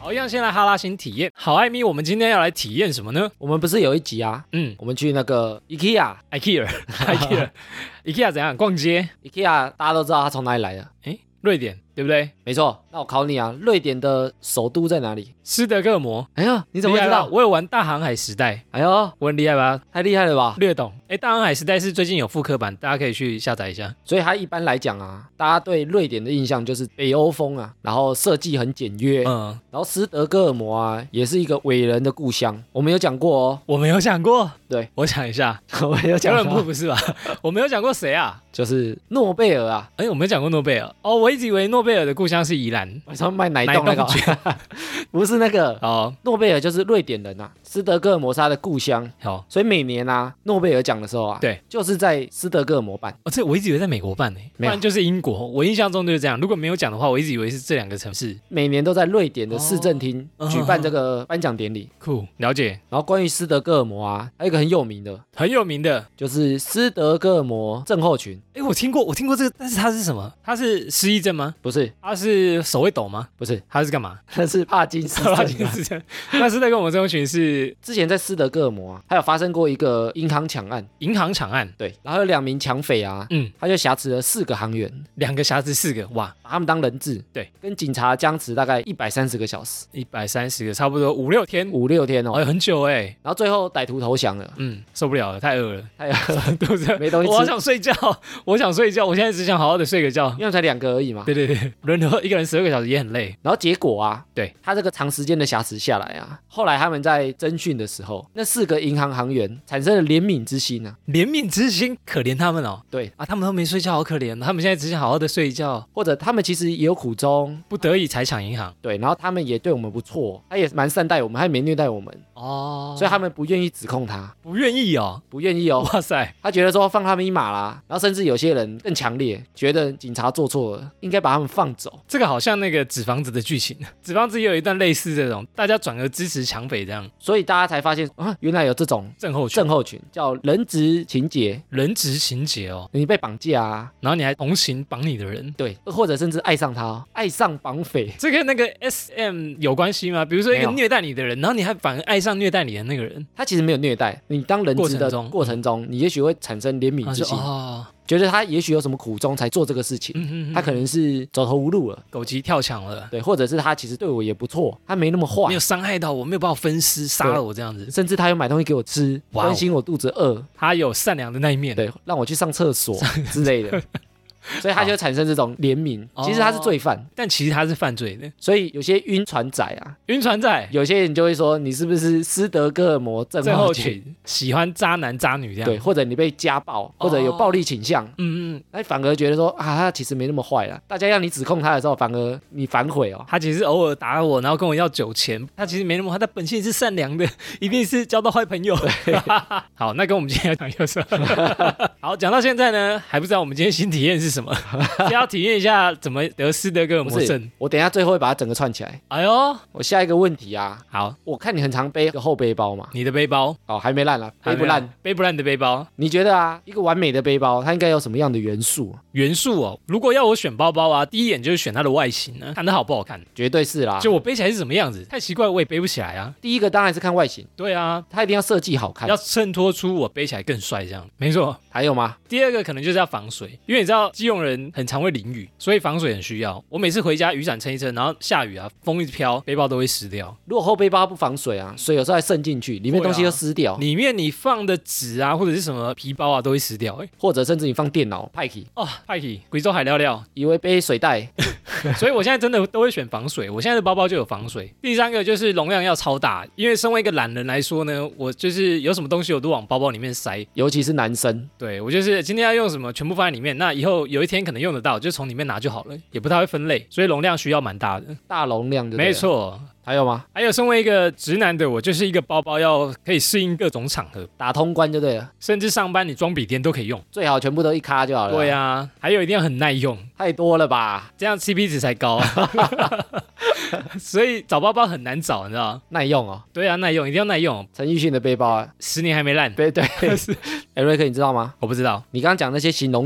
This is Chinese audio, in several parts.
好，一样先来哈拉新体验。好，艾米，我们今天要来体验什么呢？ 我们不是有一集啊，我们去那个 IKEA 怎样逛街 ？IKEA 大家都知道它从哪里来的， 瑞典，对不对？ 没错。那我考你啊，瑞典的首都在哪里？ 斯德哥尔摩。 哎呀，你怎么会知道？ 我有玩大航海时代。 哎呦， 我很厉害吧？ 太厉害了吧？ 略懂。大航海时代是最近有复刻版，大家可以去下载一下。 所以它一般来讲啊，大家对瑞典的印象就是北欧风啊，然后设计很简约，然后斯德哥尔摩啊，也是一个伟人的故乡。我们有讲过哦。 我们有讲过。 对， 我想一下， 我们有讲过。 哥伦布不是吧？我没有讲过谁啊？ 就是诺贝尔啊。 我没有讲过诺贝尔。哦，我一直以为诺贝尔的故乡是宜兰， 晚上卖奶冻那个，不是那个哦。诺贝尔就是瑞典人啊，斯德哥尔摩是他的故乡。好，所以每年啊，诺贝尔奖的时候啊，对，就是在斯德哥尔摩办。 这我一直以为在美国办呢，不然就是英国。我印象中就是这样。如果没有讲的话，我一直以为是这两个城市。 每年都在瑞典的市政厅举办这个颁奖典礼。 酷，了解。 然后关于斯德哥尔摩啊，还有一个很有名的，就是斯德哥尔摩症候群。 我听过这个，但是它是什么？它是失忆症吗？ 不是。 它是手会抖吗？ 不是。 它是干嘛？ 它是帕金森症。 那斯德哥尔摩症候群是之前在斯德哥尔摩啊，还有发生过一个银行抢案。对，然后有2名抢匪啊，他就挟持了4个行员 ，2个挟持4个，哇， 把他们当人质。对，跟警察僵持大概130个小时 ，130个，差不多5-6天哦， 很久然后最后歹徒投降了， 受不了了，太饿了， 对不对？没东西吃， 我好想睡觉，我现在只想好好的睡个觉， 因为才2个而已嘛。 对，轮流一个人12个小时也很累。 然后结果啊， 对他这个长时间的挟持下来啊，后来他们在侦讯的时候，那4个银行行员产生了怜悯之心啊， 可怜他们哦。 对啊， 他们都没睡觉，好可怜，他们现在只想好好的睡觉， 或者他们其实也有苦衷， 不得已才抢银行。 对，然后他们也对我们不错，他也蛮善待我们，还没虐待我们哦，所以他们不愿意指控他， 不愿意哦，哇塞， 他觉得说放他们一马啦，然后甚至有些人更强烈，觉得警察做错了，应该把他们放走。 这个好像那个纸房子的剧情，纸房子也有一段类似这种，大家转而支持抢匪这样， 所以大家才发现啊，原来有这种症候群，叫人质情节哦， 你被绑架啊， 然后你还同情绑你的人， 对，或者甚至爱上他，爱上绑匪， 这跟那个 SM 有关系吗？比如说一个虐待你的人，然后你还反而爱上虐待你的那个人， 他其实没有虐待你，当人质的过程中，你也许会产生怜悯之心。觉得他也许有什么苦衷才做这个事情，他可能是走投无路了， 狗急跳墙了， 对，或者是他其实对我也不错，他没那么坏， 没有伤害到我，没有把我分尸杀了我这样子， 甚至他有买东西给我吃，关心我肚子饿， 他有善良的那一面， 对，让我去上厕所之类的。所以他就产生这种怜悯，其实他是罪犯， 但其实他是犯罪的。 所以有些晕船仔啊，有些人就会说你是不是斯德哥尔摩症候群， 喜欢渣男渣女这样， 对，或者你被家暴，或者有暴力倾向，那反而觉得说啊，他其实没那么坏啦。大家要你指控他的时候，反而你反悔哦， 他其实偶尔打我，然后跟我要酒钱，他其实没那么坏，他本性是善良的，一定是交到坏朋友。好，那跟我们今天要讲有什么？好，讲到现在呢，还不知道我们今天新体验是什么，要体验一下怎么得斯德哥尔摩症。 我等一下最后会把它整个串起来。 哎呦， 我下一个问题啊， 好， 我看你很常背个后背包嘛， 你的背包哦还没烂啦，背不烂的背包， 你觉得啊，一个完美的背包它应该有什么样的元素？ 哦，如果要我选包包啊，第一眼就是选它的外形啊，看它好不好看， 绝对是啦。 就我背起来是什么样子，太奇怪我也背不起来啊。 第一个当然是看外形， 对啊， 它一定要设计好看， 要衬托出我背起来更帅这样。没错， 还有吗？ 第二个可能就是要防水，因为你知道基隆人很常会淋雨，所以防水很需要。我每次回家雨伞撑一撑，然后下雨啊，风一直飘，背包都会湿掉。 如果后背包不防水啊，水有时候还渗进去，里面东西就湿掉， 里面你放的纸啊或者是什么皮包啊都会湿掉， 或者甚至你放电脑派去哦，派去贵州海料料， 以为背水袋。 所以我现在真的都会选防水，我现在的包包就有防水。第三个就是容量要超大，因为身为一个懒人来说呢，我就是有什么东西我都往包包里面塞， 尤其是男生。 对，我就是今天要用什么全部放在里面，那以后有一天可能用得到，就从里面拿就好了，也不太会分类，所以容量需要蛮大的， 大容量的。 没错。 还有吗？ 还有，身为一个直男的我，就是一个包包要可以适应各种场合， 打通关就对了， 甚至上班你装笔电都可以用， 最好全部都一卡就好了。 对啊，还有一定要很耐用， 太多了吧？ 这样 CP 值才高。所以找包包很难找，你知道吗？ 耐用哦。 对啊，耐用一定要耐用。 陈奕迅的背包啊， 10年还没烂。 对。瑞克，你知道吗？ 我不知道。 你刚刚讲那些形容词，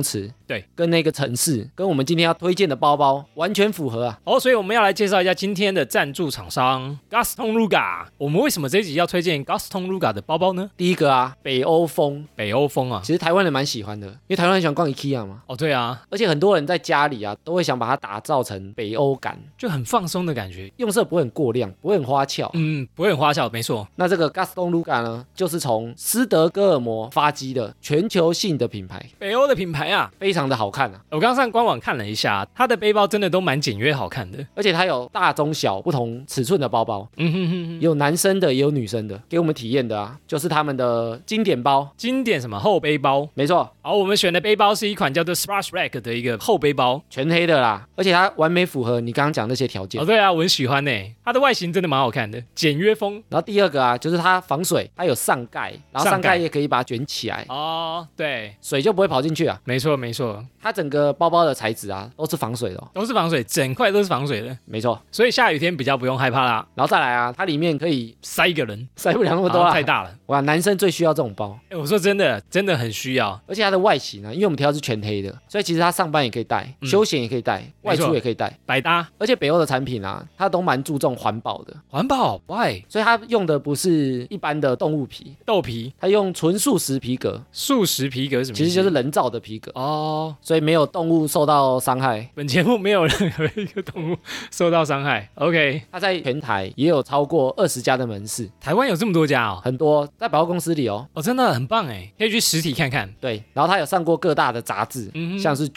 对， 跟那个城市，跟我们今天要推荐的包包完全符合啊。 所以我们要来介绍一下今天的赞助厂商 Gaston Ruga。我们为什么这一集要推荐 Gaston Ruga 的包包呢？ 第一个啊，北欧风。 北欧风啊， 其实台湾人蛮喜欢的，因为台湾人喜欢逛 IKEA 嘛。 对啊， 而且很多人在家里啊，都会想把它打造成北欧感， 就很放松的感觉， 用色不会很过亮，不会很花俏。 不会很花俏，没错。 那这个 Gaston Ruga 呢，就是从斯德哥尔摩发迹的全球性的品牌， 北欧的品牌啊， 非常的好看啊。 我刚上官网看了一下，它的背包真的都蛮简约好看的， 而且它有大中小不同尺寸的包包，有男生的也有女生的，给我们体验的啊，就是他们的经典包， 经典什么后背包， 没错。 好，我们选的背包是一款叫做 Splash Rack 的一个后背包， 全黑的啦，而且它完美符合你刚刚讲那些条件。 对啊，我很喜欢欸，它的外形真的蛮好看的，简约风。 然后第二个啊，就是它防水，它有上盖，然后上盖也可以把它卷起来， 对， 水就不会跑进去啊。 没错没错， 它整个包包的材质啊都是防水的都是防水，整块都是防水的， 没错。 所以下雨天比较不用害怕啦。 然后再来啊，它里面可以塞一个人， 塞不了那么多啦， 太大了。 哇，男生最需要这种包。 我说真的，真的很需要。 而且它的外形啊，因为我们挑的是全黑的，所以其实它上班也可以戴，休闲也可以戴，外出也可以戴， 百搭。 而且北欧的产品啊，它都蛮注重环保的。 环保 ？Why？ 所以它用的不是一般的动物皮、 豆皮， 它用纯素食皮革。 素食皮革是什么意思？ 其实就是人造的皮革所以没有动物受到伤害。 本节目没有任何一个动物受到伤害。OK， 它在全台也有超过20家的门市。 台湾有这么多家很多在百货公司里真的很棒哎，可以去实体看看。 对，然后它有上过各大的杂志，像是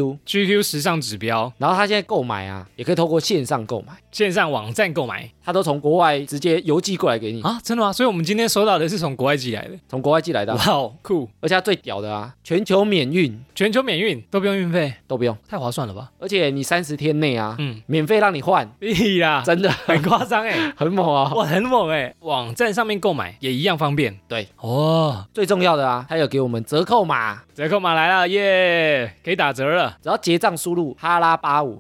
GQ 时尚指标。 然后它现在购买啊，也可以透过线上购买， 线上网站购买， 它都从国外直接邮寄过来给你啊？真的吗？所以我们今天收到的是从国外寄来的， 从国外寄来的。 哇，酷！ 而且它最屌的啊，全球免运， 都不用运费， 都不用， 太划算了吧？ 而且你30天内啊，免费让你换。 屁啦， 真的很夸张哎， 很猛啊！ 哇，很猛哎！网站上面购买也一样方便。 对最重要的啊，它有给我们折扣码， 来了耶，可以打折了。 只要结账输入哈拉85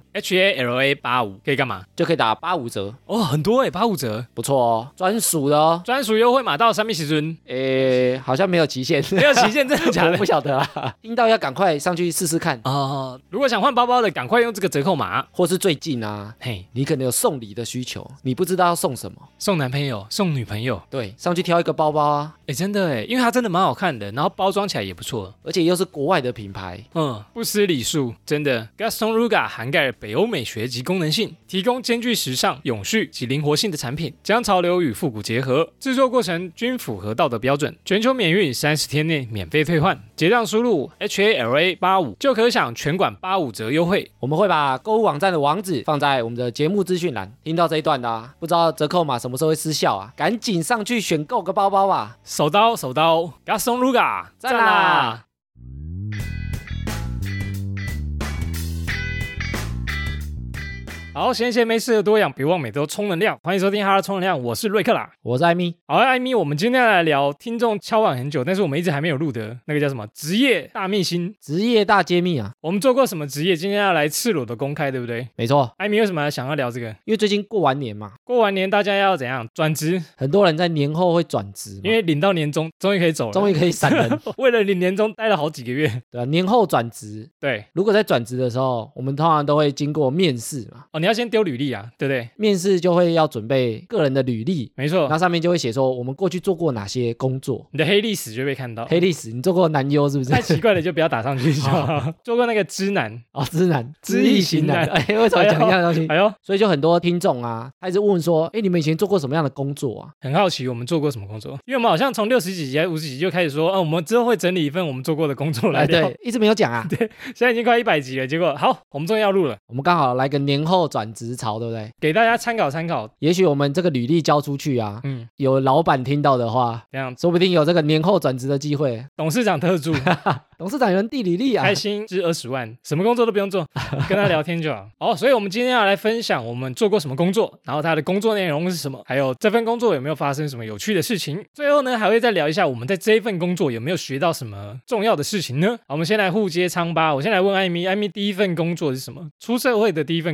HALA85可以干嘛？ 就可以打85折很多哎，85折， 不错专属的专属优惠码到什么时阵？ 好像没有期限， 没有期限，真的假的？ 我不晓得啊，听到要赶快上去试试看如果想换包包的，赶快用这个折扣码， 或是最近啊，你可能有送礼的需求，你不知道要送什么， 送男朋友，送女朋友， 对，上去挑一个包包啊， 真的哎，因为它真的蛮好看的，然后包装起来也不错， 而且又是国外的品牌， 不失礼数，真的。Gaston Ruga 涵盖了北欧美学及功能性，提供兼具时尚、永续及灵活性的产品，将潮流与复古结合，制作过程均符合道德标准，全球免运，30天内免费退换，结账输入 HALA85就可享全馆85折优惠。 我们会把购物网站的网址放在我们的节目资讯栏。听到这一段的不知道折扣码什么时候会失效啊？赶紧上去选购个包包吧！ 手刀Gaston Ruga 赞啦！ 好，闲没事的多养，别忘每周充能量。欢迎收听哈拉充能量，我是瑞克啦， 我是艾米。 好，艾米，我们今天来聊听众敲碗很久，但是我们一直还没有录的那个叫什么职业大秘辛、 职业大揭秘啊。 我们做过什么职业？今天要来赤裸的公开，对不对？ 没错。 艾米为什么想要聊这个？ 因为最近过完年嘛， 过完年大家要怎样转职？ 很多人在年后会转职， 因为领到年终，终于可以走了， 终于可以闪人。 为了领年终待了好几个月。 对啊，年后转职。 对， 如果在转职的时候，我们通常都会经过面试嘛。 你要先丢履历啊。对不对？ 面试就会要准备个人的履历， 没错， 那上面就会写说我们过去做过哪些工作， 你的黑历史就被看到。 黑历史，你做过男优是不是？ 太奇怪了，就不要打上去就好。做过那个知男知易行难。为什么讲一样的东西？所以就很多听众啊，他一直问说，你们以前做过什么样的工作啊？ 很好奇我们做过什么工作，因为我们好像从60几集还是50几集就开始说，我们之后会整理一份我们做过的工作来聊。 对，一直没有讲啊。 对，现在已经快100集了，结果好，我们终于要录了。 我们刚好来个年后转职潮，对不对？ 给大家参考。 也许我们这个履历交出去啊，有老板听到的话，这样说不定有这个年后转职的机会。 董事长特助， 董事长有人递履历啊， 开心至20万，什么工作都不用做，跟他聊天就好。所以我们今天要来分享我们做过什么工作，然后他的工作内容是什么，还有这份工作有没有发生什么有趣的事情。最后呢，还会再聊一下我们在这一份工作有没有学到什么重要的事情呢？好，我们先来互接仓吧。我先来问艾米第一份工作是什么？出社会的第一份工作。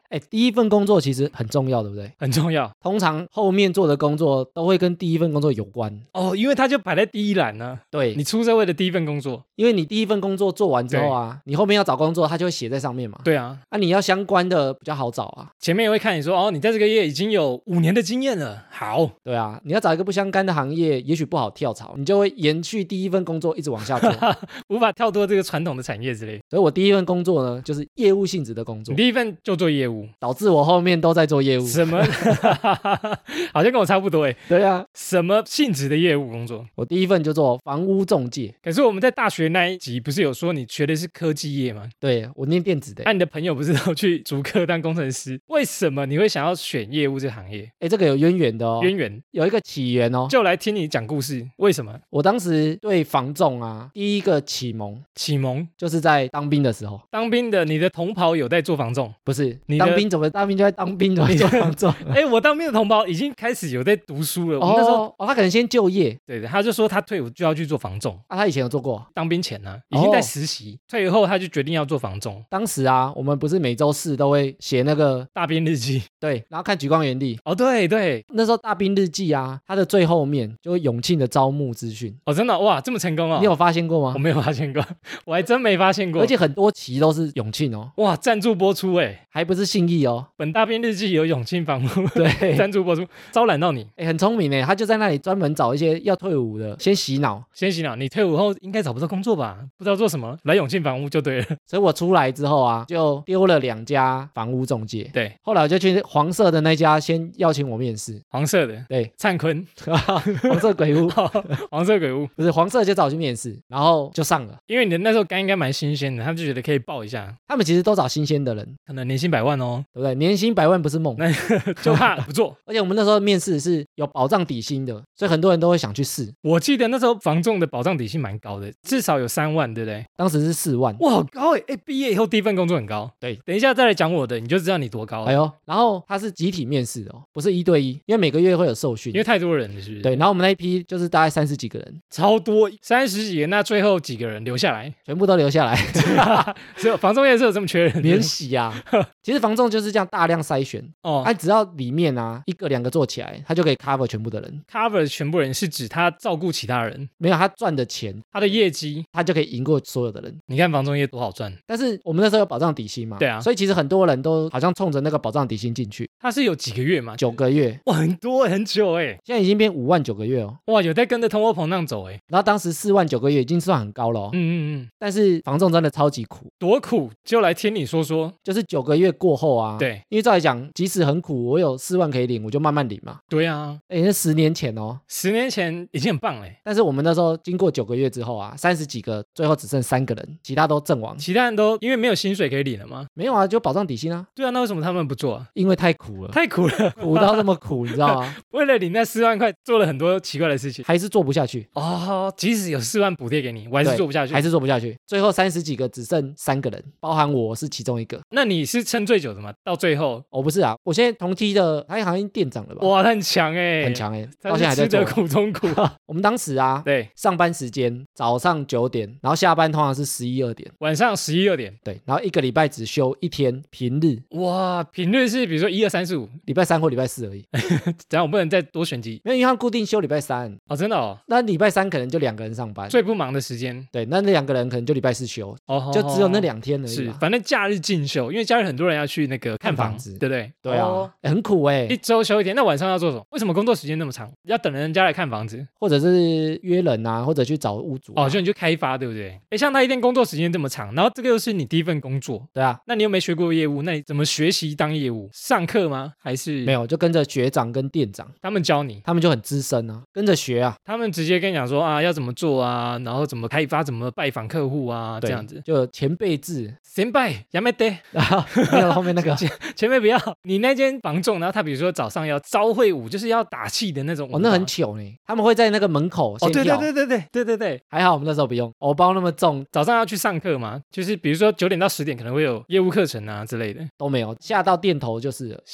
第一份工作其实很重要，对不对？ 很重要。 通常后面做的工作都会跟第一份工作有关哦，因为它就排在第一栏呢。 对， 你出社会的第一份工作， 因为你第一份工作做完之后啊，你后面要找工作，它就会写在上面嘛。 对啊， 你要相关的比较好找啊。 前面也会看你说，哦，你在这个业已经有5年的经验了，好。 对啊，你要找一个不相干的行业，也许不好跳槽，你就会延续第一份工作一直往下做， 无法跳脱这个传统的产业之类。 所以我第一份工作呢，就是业务性质的工作。 你第一份就做业务， 导致我后面都在做业务。 什么？好像跟我差不多哎。 对啊， 什么性质的业务工作？ 我第一份就做房屋中介。 可是我们在大学那一集不是有说你学的是科技业吗？ 对，我念电子的。 那你的朋友不是都去竹科当工程师？为什么你会想要选业务这行业？ 这个有渊源的哦。 渊源有一个起源哦。 就来听你讲故事。为什么？ 我当时对房仲啊，第一个启蒙就是在当兵的时候。 当兵的你的同袍有在做房仲？ 不是，当兵就在当兵怎么做房仲？ 我当兵的同袍已经开始有在读书了。我们那时候他可能先就业。 对的，他就说他退伍就要去做房仲。 他以前有做过？ 当兵前呢，已经在实习。退伍后他就决定要做房仲。 当时啊，我们不是每周4都会写那个大兵日记？ 对，然后看举光原地。 对对， 那时候大兵日记啊，它的最后面就会永庆的招募资讯。 真的哇，这么成功哦！ 你有发现过吗？ 我没有发现过，我还真没发现过。 而且很多期都是永庆哦。 哇，赞助播出还不是信义哦。 本大兵日记有永庆房屋对赞助播出，招揽到你。 很聪明他就在那里专门找一些要退伍的，先洗脑。 你退伍后应该找不到工作吧？不知道做什么，来永庆房屋就对了。 所以我出来之后啊，就丢了2家房屋中介。 对， 后来我就去黄色的那家先邀请我面试。 黄色的？ 对， 灿坤黄色鬼屋黄色鬼屋不是黄色，就找我去面试，然后就上了。 因为你那时候应该蛮新鲜的，他就觉得可以报一下。 他们其实都找新鲜的人， 可能年薪100万哦， 对不对？年薪100万不是梦， 那就怕不做。 而且我们那时候面试是有保障底薪的，所以很多人都会想去试。 我记得那时候房仲的保障底薪蛮高的，至少有3万，对不对？ 当时是4万。 哇，好高毕业以后第一份工作很高。 对， 等一下再来讲我的，你就知道你多高了。 然后他是集体面试不是1对1，因为每个月会有受训， 因为太多人了，是不是？ 对，然后我们那一批就是大概30几个人， 超多，30几个，那最后几个人留下来？ 全部都留下来。 房仲业是有这么缺人？ 免洗啊！其实房仲就是这样大量筛选只要里面啊1个2个做起来，他就可以 cover 全部的人。 cover 全部人是指他照顾其他人？ 没有，他赚的钱， 他的业绩， 他就可以赢过所有的人。 你看房仲业多好赚， 但是我们那时候有保障底薪嘛？ 对啊， 所以其实很多人都好像冲着那个保障底薪进去。 他是有几个月嘛 ？9个月。 哇，很多很久现在已经变5万9个月哦。 哇，有在跟着通货膨胀走然后当时4万9个月已经算很高了但是房仲真的超级苦。 多苦？就来听你说说。 就是9个月过后啊， 对， 因为照来讲，即使很苦，我有4万可以领，我就慢慢领嘛。 对啊， 那10年前哦 ，10年前已经很棒但是我们那时候经过9个月之后啊，30几个，最后只剩3个人，其他都阵亡。 其他人都因为没有薪水可以领了吗？ 没有啊，就保障底薪啊。 对啊，那为什么他们不做啊？ 因为太苦了， 太苦了， 苦到这么苦，你知道吗？ 为了领那4万块，做了很多奇怪的事情， 还是做不下去即使有4万补贴给你，我还是做不下去， 还是做不下去。最后30几个只剩3个人，包含我是其中一个。 那你是撑最久的吗？到最后？ 不是啊，我现在同梯的，他好像店长了吧？ 哇，他很强很强到现在还在做。 吃得苦中苦。 我们当时啊， 对， 上班时间早上9点，然后下班通常是11、2点， 晚上11、2点。 对，然后1个礼拜只休1天，平日。 哇，平日是比如说1、2、3、4、5， 礼拜3或礼拜4而已。 这样我不能再多选几？ 没有，因为他固定休礼拜3。 真的那礼拜3可能就2个人上班， 最不忙的时间。 对，那2个人可能就礼拜4休，就只有那2天而已。 是，反正假日进修，因为假日很多人要去那个看房子，对不对？ 对啊，很苦1 周休1天，那晚上要做什么？为什么工作时间那么长？要等人家来看房子， 或者是约人啊，或者去找屋主就你去开发，对不对？像他一天工作时间这么长，然后这个又是你第一份工作， 对啊， 那你又没学过业务，那你怎么学习当业务？上课吗？还是没有？就跟着学长跟店长他们教你， 他们就很资深啊，跟着学啊。 他们直接跟你讲说要怎么做啊，然后怎么开发，怎么拜访客户啊，这样子就前辈制。 前辈やめて， 没有后面那个前辈不要。你那间房仲，然后他比如说早上要朝会舞，就是要打气的那种。 那很糗他们会在那个门口先跳。 对， 还好我们那时候不用，偶包那么重。 早上要去上课嘛，就是比如说9点到10点可能会有业务课程啊之类的， 都没有。下到店头就是了，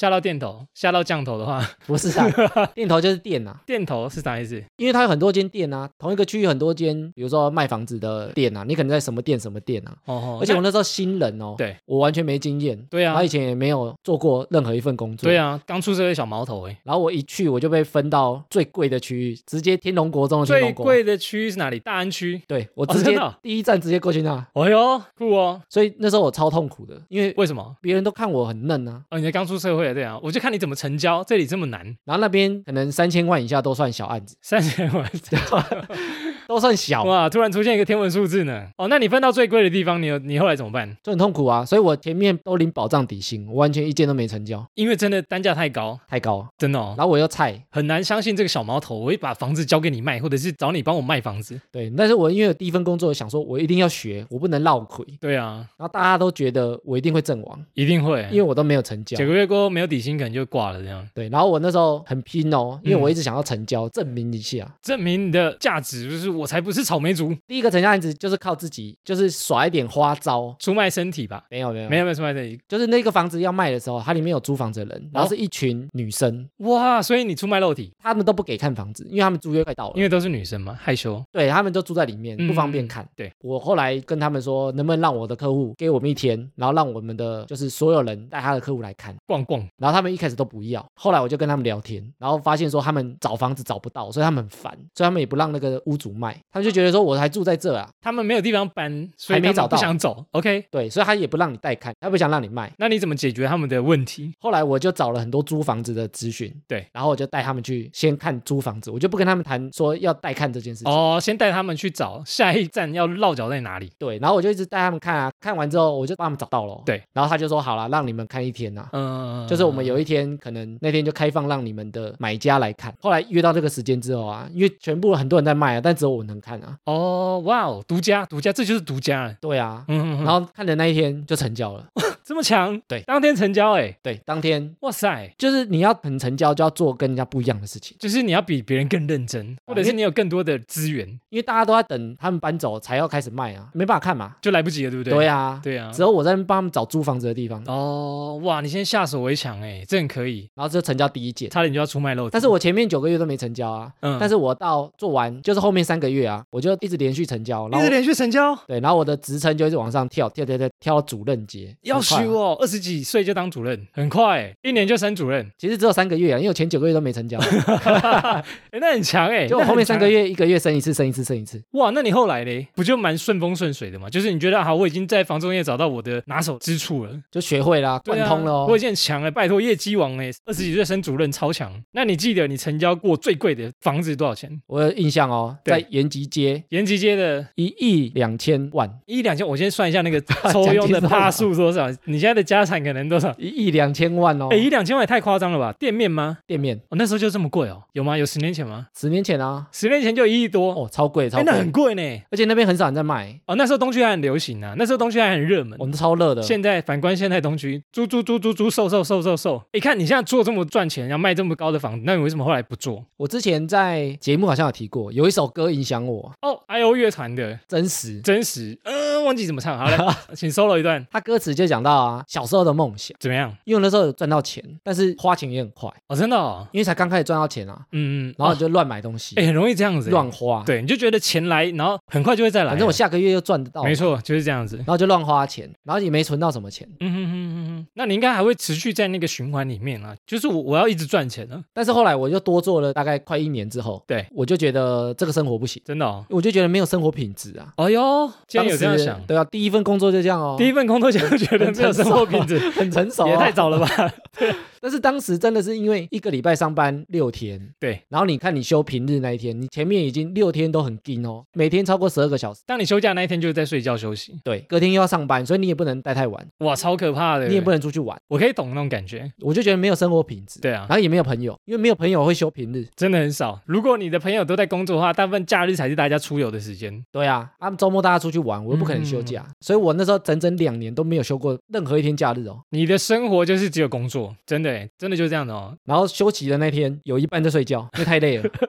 下到店头，下到降头的话， 不是啊，店头就是店啊。 店头是啥意思？ 因为它有很多间店啊，同一个区域很多间，比如说卖房子的店啊，你可能在什么店什么店啊。而且我那时候新人哦， 对， 我完全没经验。 对啊， 然后以前也没有做过任何一份工作。 对啊，刚出社会小毛头哎。 然后我一去我就被分到最贵的区域，直接天龙国中的天龙国。 最贵的区域是哪里？大安区。 对，我直接第一站直接过去那。 哎呦，酷哦！ 所以那时候我超痛苦的，因为什么？ 别人都看我很嫩啊。 哦，你才刚出社会，对啊，我就看你怎么成交，这里这么难。 然后那边可能3000万以下都算小案子 ，3000万都算小哇！突然出现一个天文数字呢。哦，那你分到最贵的地方，你后来怎么办？ 就很痛苦啊，所以我前面都领保障底薪，我完全一件都没成交， 因为真的单价太高，真的哦。 然后我又菜， 很难相信这个小毛头我会把房子交给你卖，或者是找你帮我卖房子。 对，但是我因为有第一份工作，想说我一定要学，我不能落亏。 对啊， 然后大家都觉得我一定会阵亡， 一定会， 因为我都没有成交 ，9个月过后没有底薪可能就挂了这样。 对，然后我那时候很拼哦，因为我一直想要成交，证明一下， 证明你的价值，就是我才不是草莓族。 第一个成交案子就是靠自己，就是耍一点花招， 出卖身体吧？ 没有出卖身体， 就是那个房子要卖的时候，它里面有租房子的人，然后是一群女生。 哇，所以你出卖肉体， 他们都不给看房子，因为他们租约快到了， 因为都是女生嘛，害羞。 对，他们都住在里面，不方便看。 对， 我后来跟他们说，能不能让我的客户给我们一天，然后让我们的就是所有人带他的客户来看逛逛， 然后他们一开始都不要，后来我就跟他们聊天，然后发现说他们找房子找不到，所以他们很烦，所以他们也不让那个屋主卖，他们就觉得说我还住在这啊， 他们没有地方搬，所以还没找到， 不想走。OK， 对，所以他也不让你带看，他不想让你卖。 那你怎么解决他们的问题？ 后来我就找了很多租房子的咨询， 对， 然后我就带他们去先看租房子，我就不跟他们谈说要带看这件事情。 哦，先带他们去找下一站要落脚在哪里。 对，然后我就一直带他们看啊，看完之后我就帮他们找到了。 对， 然后他就说好了，让你们看一天啊，就是我们有一天可能那天就开放让你们的买家来看。后来约到这个时间之后啊，因为全部很多人在卖啊，但只有我能看啊。 哦，哇哦，独家，这就是独家。 对啊，然后看的那一天就成交了。 这么强？ 对， 当天成交哎。 对，当天。 哇塞， 就是你要很成交，就要做跟人家不一样的事情， 就是你要比别人更认真，或者是你有更多的资源， 因为大家都在等他们搬走才要开始卖啊，没办法看嘛， 就来不及了，对不对？ 对啊， 对啊， 只有我在帮他们找租房子的地方。 哦，哇，你先下手为强哎，这很可以。 然后就成交第一件， 差点就要出卖肉体。 但是我前面9个月都没成交啊，但是我到做完就是后面3个月啊，我就一直连续成交， 一直连续成交。 对，然后我的职称就一直往上跳到主任阶， 要修哦，20几岁就当主任，很快，1年就升主任。 其实只有3个月啊，因为我前9个月都没成交。 那很强哎， 就我后面3个月1个月升一次，升一次，升一次。 哇，那你后来呢？不就蛮顺风顺水的嘛？就是你觉得好，我已经在房仲业找到我的拿手之处了， 就学会啦，贯通了哦。 我已经很强了，拜托业绩王哎，20几岁升主任超强。那你记得你成交过最贵的房子多少钱？ 我有印象哦，在延吉街的 1亿 2000万 ，1亿2000，我先算一下那个抽佣的趴数多少？你现在的家产可能多少 ？1亿2000万哦！ 哎，1亿2000万也太夸张了吧？店面吗？ 店面哦，那时候就这么贵哦？有吗？有10年前吗 ？10年前啊 ，10年前就1亿多哦，超贵，超贵， 那很贵呢。 而且那边很少人在卖哦，那时候东区还很流行啊，那时候东区还很热门， 我们超热的。 现在反观现在东区，租，售。你看你现在做这么赚钱，要卖这么高的房子，那你为什么后来不做？ 我之前在节目好像有提过，有一首歌影响我哦，IO 乐团的真实， 忘记怎么唱，好了，请 solo 一段。 他歌词就讲到啊，小时候的梦想怎么样？ 因为那时候有赚到钱，但是花钱也很快哦，真的哦， 因为才刚开始赚到钱啊，然后你就乱买东西， 很容易这样子， 乱花， 对，你就觉得钱来，然后很快就会再来， 反正我下个月又赚得到， 没错，就是这样子， 然后就乱花钱，然后也没存到什么钱， 那你应该还会持续在那个循环里面啊，就是我要一直赚钱啊， 但是后来我就多做了大概快1年之后， 对， 我就觉得这个生活不行， 真的哦， 我就觉得没有生活品质啊， 哎呦，竟然有这样想， 对啊，第一份工作就这样哦， 第一份工作就觉得没有生活品质， 很成熟， 也太早了吧，对。 但是当时真的是因为1个礼拜上班6天， 对， 然后你看你休平日那一天，你前面已经6天都很紧哦，每天超过12个小时。 当你休假那一天就是在睡觉休息， 对，隔天又要上班，所以你也不能待太晚。 哇，超可怕的， 你也不能出去玩。 我可以懂那种感觉， 我就觉得没有生活品质。 对啊， 然后也没有朋友，因为没有朋友会休平日， 真的很少。如果你的朋友都在工作的话，大部分假日才是大家出游的时间。 对啊，他们周末大家出去玩，我又不可能休假，所以我那时候整整2年都没有休过任何一天假日哦。 你的生活就是只有工作，真的耶，真的就是这样的哦。 然后休息的那天有一半在睡觉，因为太累了。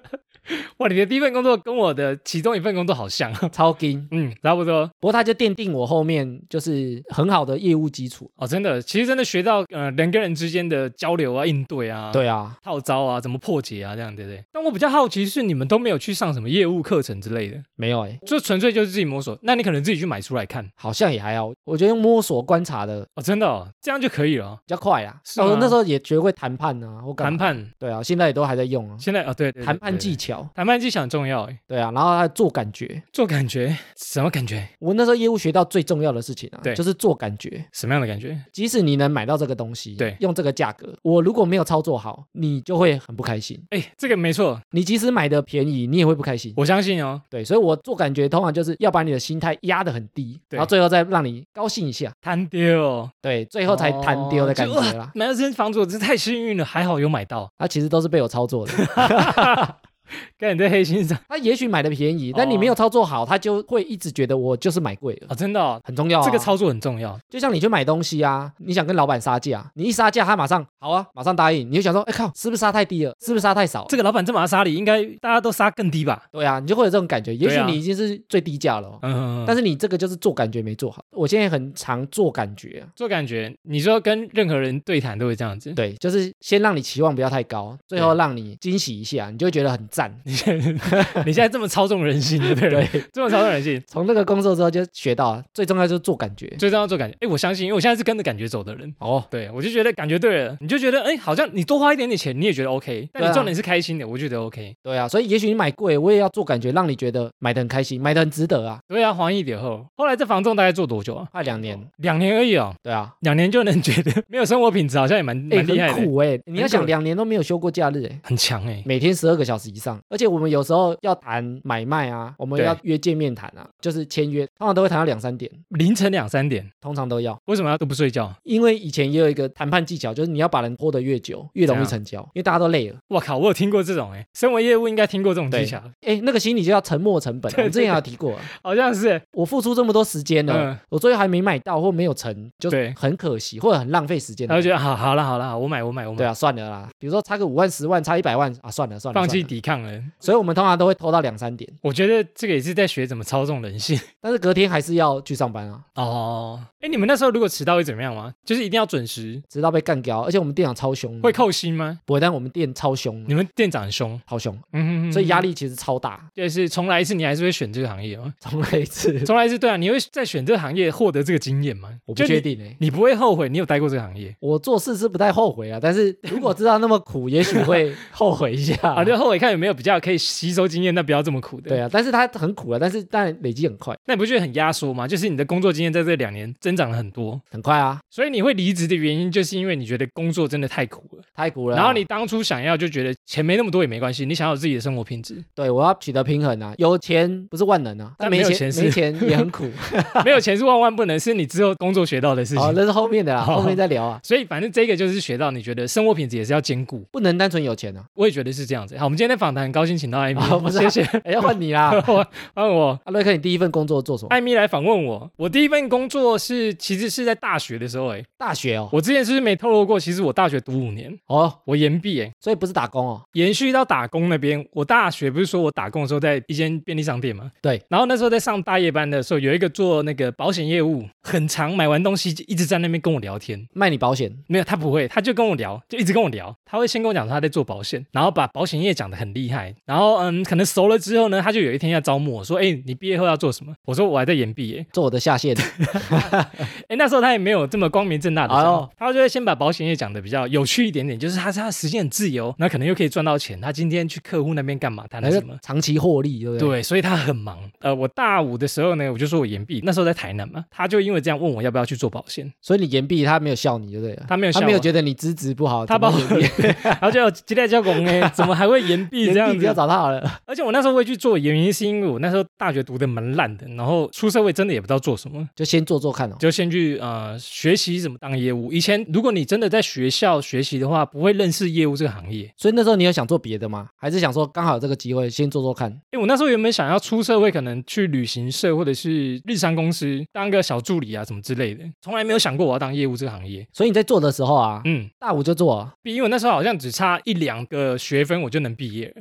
哇，你的第一份工作跟我的其中一份工作好像， 超硬， 差不多。 不过他就奠定我后面就是很好的业务基础哦，真的，其实真的学到人跟人之间的交流啊、应对啊， 对啊， 套招啊、怎么破解啊，这样对不对？但我比较好奇是你们都没有去上什么业务课程之类的？ 没有就纯粹就是自己摸索。那你可能自己去买书来看， 好像也还好。我觉得用摸索观察的哦，真的哦，这样就可以了， 比较快啊。那时候也学会谈判啊，或谈判，对啊，现在也都还在用啊。 现在对， 谈判技巧， 谈判技巧很重要哎。 对啊，然后还做感觉， 什么感觉？ 我那时候业务学到最重要的事情啊，对，就是做感觉。 什么样的感觉？ 即使你能买到这个东西， 对， 用这个价格，我如果没有操作好，你就会很不开心。 这个没错， 你即使买的便宜，你也会不开心。 我相信哦。 对，所以我做感觉通常就是要把你的心态压得很低，然后最后再让你高兴一下， 摊丢。 对，最后才摊丢的感觉啦。 买到这间房子，我真是太幸运了，还好有买到。 其实都是被我操作的。 跟你在黑心上， 他也许买的便宜，但你没有操作好，他就会一直觉得我就是买贵了。 哦，真的哦， 很重要啊， 这个操作很重要。 就像你去买东西啊，你想跟老板杀价，你一杀价，他马上好啊，马上答应，你就想说，哎靠，是不是杀太低了？是不是杀太少？ 这个老板这么杀你，应该大家都杀更低吧？ 对啊，你就会有这种感觉。也许你已经是最低价了，但是你这个就是做感觉没做好。我现在很常做感觉， 做感觉，你说跟任何人对谈都会这样子。 对，就是先让你期望不要太高，最后让你惊喜一下，你就会觉得很赞。 你现在这么操纵人心，对不对？这么操纵人心， 从这个工作之后就学到，最重要就是做感觉， 最重要做感觉。我相信，因为我现在是跟着感觉走的人。哦，对，我就觉得感觉对了，你就觉得好像你多花一点点钱，你也觉得 OK， 但你重点是开心的，我觉得 OK。 对啊，所以也许你买贵，我也要做感觉，让你觉得买的很开心，买的很值得啊。 对啊，还一点后，后来这房仲大概做多久啊？ 快2年 ，2年而已哦。 对啊 ，2年就能觉得没有生活品质，好像也蛮厉害的。 很苦你要想2年都没有休过假日很强每天12个小时以上，而且我们有时候要谈买卖啊，我们要约见面谈啊，就是签约，通常都会谈到2-3点， 凌晨2-3点， 通常都要。 为什么都不睡觉？ 因为以前也有一个谈判技巧，就是你要把人拖得越久，越容易成交，因为大家都累了。 我靠，我有听过这种身为业务应该听过这种技巧。 那个心理就叫沉没成本，我之前有提过， 好像是我付出这么多时间了，我最后还没买到或没有成，就很可惜或者很浪费时间。 他就觉得好了，我买。 对啊，算了啦，比如说差个5万10万，差100万啊，算了， 放弃抵抗了。 所以我们通常都会拖到2-3点。 我觉得这个也是在学怎么操纵人性， 但是隔天还是要去上班啊。 哦，你们那时候如果迟到会怎么样吗？就是一定要准时， 迟到被干掉，而且我们店长超凶， 会扣薪吗？ 不会，但我们店超凶。 你们店长很凶， 好凶，所以压力其实超大。 就是重来一次，你还是会选这个行业吗？ 重来一次， 对啊，你会再选这个行业获得这个经验吗？ 我不确定你不会后悔你有待过这个行业？ 我做事是不太后悔啊，但是如果知道那么苦，也许会后悔一下。 就后悔看有没有比较可以吸收经验，但不要这么苦的。 对啊，但是它很苦啊，但是当然累积很快。 那你不觉得很压缩吗？就是你的工作经验在这2年增长了很多， 很快啊。 所以你会离职的原因，就是因为你觉得工作真的太苦了， 太苦了。 然后你当初想要就觉得钱没那么多也没关系，你想要有自己的生活品质。 对，我要取得平衡啊。有钱不是万能啊，但没钱也很苦。 没有钱是万万不能，是你之后工作学到的事情。 那是后面的啦，后面再聊啊。 所以反正这个就是学到，你觉得生活品质也是要兼顾， 不能单纯有钱啊。 我也觉得是这样子。好，我们今天的访谈很高兴请到艾米，谢谢。 要换你啦， 换我。 瑞克，你第一份工作做什么？ 艾米来访问我，我第一份工作其实是在大学的时候。 大学哦， 我之前是不是没透露过？其实我大学读5年我延毕所以不是打工哦， 延续到打工那边。我大学不是说我打工的时候在一间便利商店吗？ 对， 然后那时候在上大夜班的时候，有一个做那个保险业务，很常买完东西就一直在那边跟我聊天， 卖你保险？ 没有，他不会，他就跟我聊，就一直跟我聊。他会先跟我讲说他在做保险，然后把保险业讲得很厉害，然后可能熟了之后呢，他就有一天要招募我说，你毕业后要做什么？我说我还在延毕做我的下线。 那时候他也没有这么光明正大的讲，他就会先把保险业讲得比较有趣一点点，就是他的时间很自由，那可能又可以赚到钱。他今天去客户那边干嘛？谈了什么？ 长期获利，对不对？ 对，所以他很忙。我大5的时候呢，我就说我延毕，那时候在台南嘛，他就因为这样问我要不要去做保险。 所以你延毕，他没有笑你，对不对？ 他没有笑我， 他没有觉得你资质不好， 他把我延毕，然后就期待教工怎么还会延毕这样子？ 不要找他好了。 而且我那时候会去做，原因是因为我那时候大学读的蛮烂的，然后出社会真的也不知道做什么， 就先做做看就先去学习怎么当业务。以前如果你真的在学校学习的话，不会认识业务这个行业。 所以那时候你有想做别的吗？还是想说刚好有这个机会先做做看？ 我那时候原本想要出社会，可能去旅行社或者是日商公司当个小助理啊什么之类的，从来没有想过我要当业务这个行业。 所以你在做的时候啊，大5就做啊， 因为我那时候好像只差1-2个学分我就能毕业了。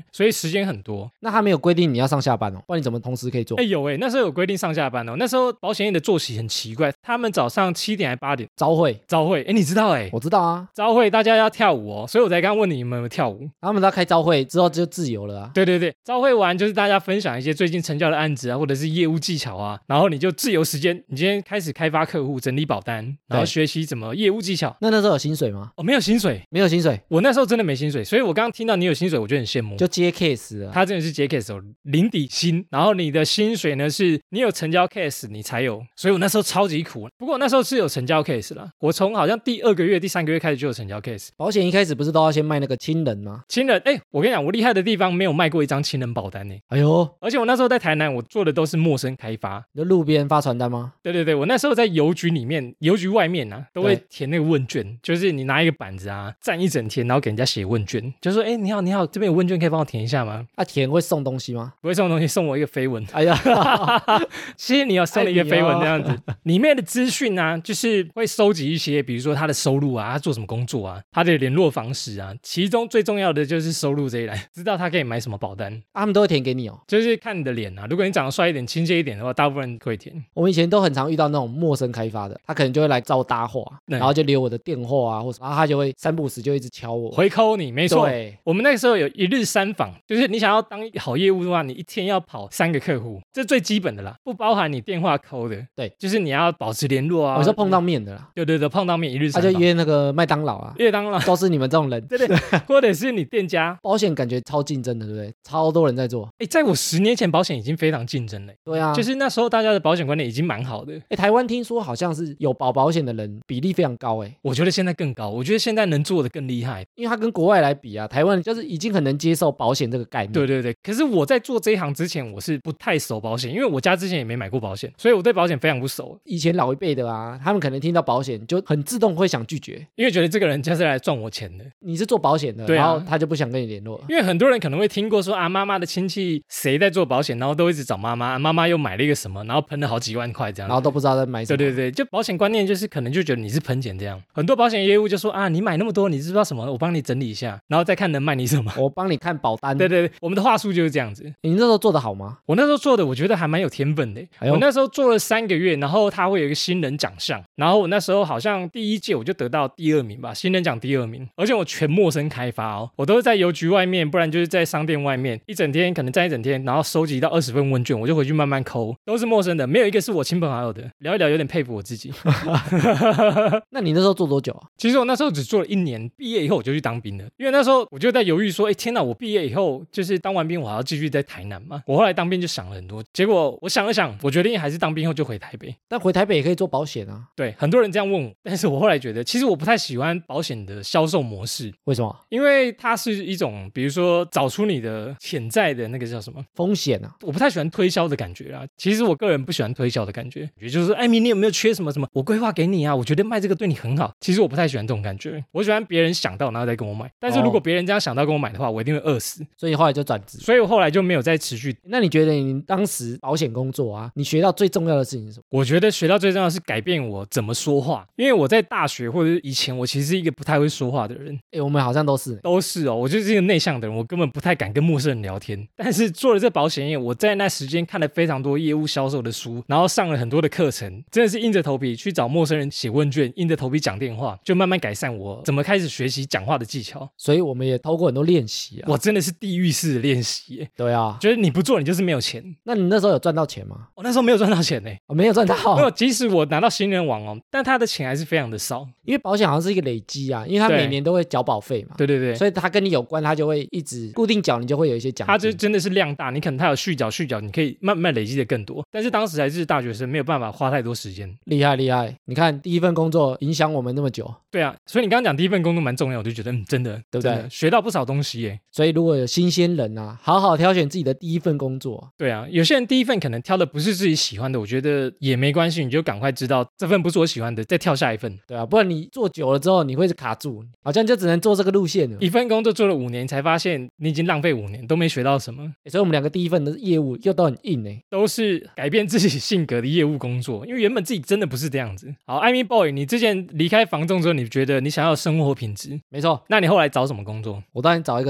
所以时间很多。 那他没有规定你要上下班哦，不然你怎么同时可以做？ 有那时候有规定上下班哦。那时候保险业的作息很奇怪，他们早上7点还8点朝会， 你知道我知道啊， 朝会大家要跳舞哦，所以我才刚问你们有没有跳舞。 他们在开朝会之后就自由了啊。 对，朝会完就是大家分享一些最近成交的案子啊，或者是业务技巧啊，然后你就自由时间，你今天开始开发客户，整理保单，然后学习怎么业务技巧。 那时候有薪水吗？ 没有薪水， 没有薪水。 我那时候真的没薪水，所以我刚刚听到你有薪水，我就很羡慕。 就接 case 啊， 他真的是接 case 哦，零底薪，然后你的薪水呢是你有成交 case 你才有，所以我那时候超级苦。不过我那时候是有成交 case 啦，我从好像第2个月、第3个月开始就有成交 case。 保险一开始不是都要先卖那个亲人吗？ 亲人，我跟你讲，我厉害的地方没有卖过一张亲人保单呢。 哎呦， 而且我那时候在台南，我做的都是陌生开发。 就路边发传单吗？ 对，我那时候在邮局里面，邮局外面啊，都会填那个问卷，就是你拿一个板子啊，站一整天，然后给人家写问卷，就说，你好，这边有问卷可以帮我填一下吗？ 填会送东西吗？ 不会送东西，送我一个飞文。 哎呀， 谢谢你哦，送了一个飞文这样子。里面的资讯啊，就是会收集一些，比如说他的收入啊，他做什么工作啊，他的联络方式啊，其中最重要的就是收入这一栏，知道他可以买什么保单。 他们都会填给你哦， 就是看你的脸啊，如果你长得帅一点、亲切一点的话，大部分人会填。 我们以前都很常遇到那种陌生开发的，他可能就会来找我搭话，然后就留我的电话啊，或者然后他就会3不5时就一直敲我， 回扣你，没错。 对， 我们那个时候有1日3访，就是你想要当好业务的话，你一天要跑3个客户，这最基本的啦，不包含你电话扣的。 对， 就是你要保持联络啊。 我说碰到面的啦。 对，碰到面1日3访。 他就约那个麦当劳啊， 麦当劳都是你们这种人。 对，或者是你店家。 保险感觉超竞争的，对不对？超多人在做。 在我10年前，保险已经非常竞争了。 对啊， 就是那时候大家的保险观念已经蛮好的。 台湾听说好像是有保险的人比例非常高。 我觉得现在更高，我觉得现在能做的更厉害， 因为他跟国外来比啊，台湾就是已经很能接受保险这个概念。 对，可是我在做这一行之前，我是不太熟保险，因为我家之前也没买过保险，所以我对保险非常不熟。 以前老一辈的啊，他们可能听到保险就很自动会想拒绝， 因为觉得这个人就是来赚我钱的。 你是做保险的，然后他就不想跟你联络。 因为很多人可能会听过说啊，妈妈的亲戚谁在做保险，然后都一直找妈妈，妈妈又买了一个什么，然后喷了好几万块这样， 然后都不知道在买什么。 对，就保险观念就是可能就觉得你是喷钱这样。很多保险业务就说啊，你买那么多，你知不知道什么？我帮你整理一下，然后再看能卖你什么。 我帮你看保单。 对，我们的话术就是这样子。 你那时候做的好吗？ 我那时候做的，我觉得还蛮有天分的。我那时候做了3个月，然后他会有一个新人奖项，然后我那时候好像第1届我就得到第2名吧，新人奖第2名，而且我全陌生开发哦，我都是在邮局外面，不然就是在商店外面，一整天可能站一整天，然后收集到20份问卷，我就回去慢慢抠，都是陌生的，没有一个是我亲朋好友的。聊一聊，有点佩服我自己。 那你那时候做多久啊？ 其实我那时候只做了1年，毕业以后我就去当兵了，因为那时候我就在犹豫说，天哪，我毕业以后就是当完兵，我还要继续在台南嘛？我后来当兵就想了很多，结果我想了想，我决定还是当兵后就回台北。 但回台北也可以做保险啊。 对，很多人这样问我，但是我后来觉得，其实我不太喜欢保险的销售模式。 为什么？ 因为它是一种，比如说找出你的潜在的那个叫什么风险啊， 我不太喜欢推销的感觉啊。其实我个人不喜欢推销的感觉，就是说，艾米，你有没有缺什么什么？我规划给你啊，我觉得卖这个对你很好。其实我不太喜欢这种感觉，我喜欢别人想到然后再跟我买。但是如果别人这样想到跟我买的话，我一定会饿死。 所以后来就转职。 所以我后来就没有再持续。 那你觉得你当时保险工作啊，你学到最重要的事情是什么？ 我觉得学到最重要的是改变我怎么说话，因为我在大学或者是以前，我其实是一个不太会说话的人。 我们好像都是哦，我就是一个内向的人，我根本不太敢跟陌生人聊天。但是做了这保险业，我在那时间看了非常多业务销售的书，然后上了很多的课程，真的是硬着头皮去找陌生人写问卷，硬着头皮讲电话，就慢慢改善我怎么开始学习讲话的技巧。 所以我们也透过很多练习啊。 我真的是地狱式的练习耶。 对啊， 觉得你不做你就是没有钱。 那你那时候有赚到钱吗？ 我那时候没有赚到钱呢。 没有赚到。 没有，即使我拿到新人王哦，但他的钱还是非常的少。 因为保险好像是一个累积啊，因为他每年都会缴保费嘛。 对， 所以他跟你有关，他就会一直固定缴，你就会有一些奖金。 他就真的是量大，你可能他有续缴，你可以慢慢累积的更多。但是当时还是大学生，没有办法花太多时间。 厉害，你看第一份工作影响我们那么久。 对啊，所以你刚刚讲第一份工作蛮重要，我就觉得真的， 对不对？ 学到不少东西耶。 所以如果有新鲜人啊，好好挑选自己的第一份工作。 对啊，有些人第一份可能挑的不是自己喜欢的，我觉得也没关系，你就赶快知道这份不是我喜欢的，再跳下一份。 对啊，不然你做久了之后，你会卡住，好像就只能做这个路线了。 一份工作做了5年，才发现你已经浪费5年都没学到什么。 所以我们两个第一份的业务又都很硬哎， 都是改变自己性格的业务工作，因为原本自己真的不是这样子。好，艾米 boy， 你之前离开房仲之后，你觉得你想要生活品质？ 没错。 那你后来找什么工作？ 我当然找一个周休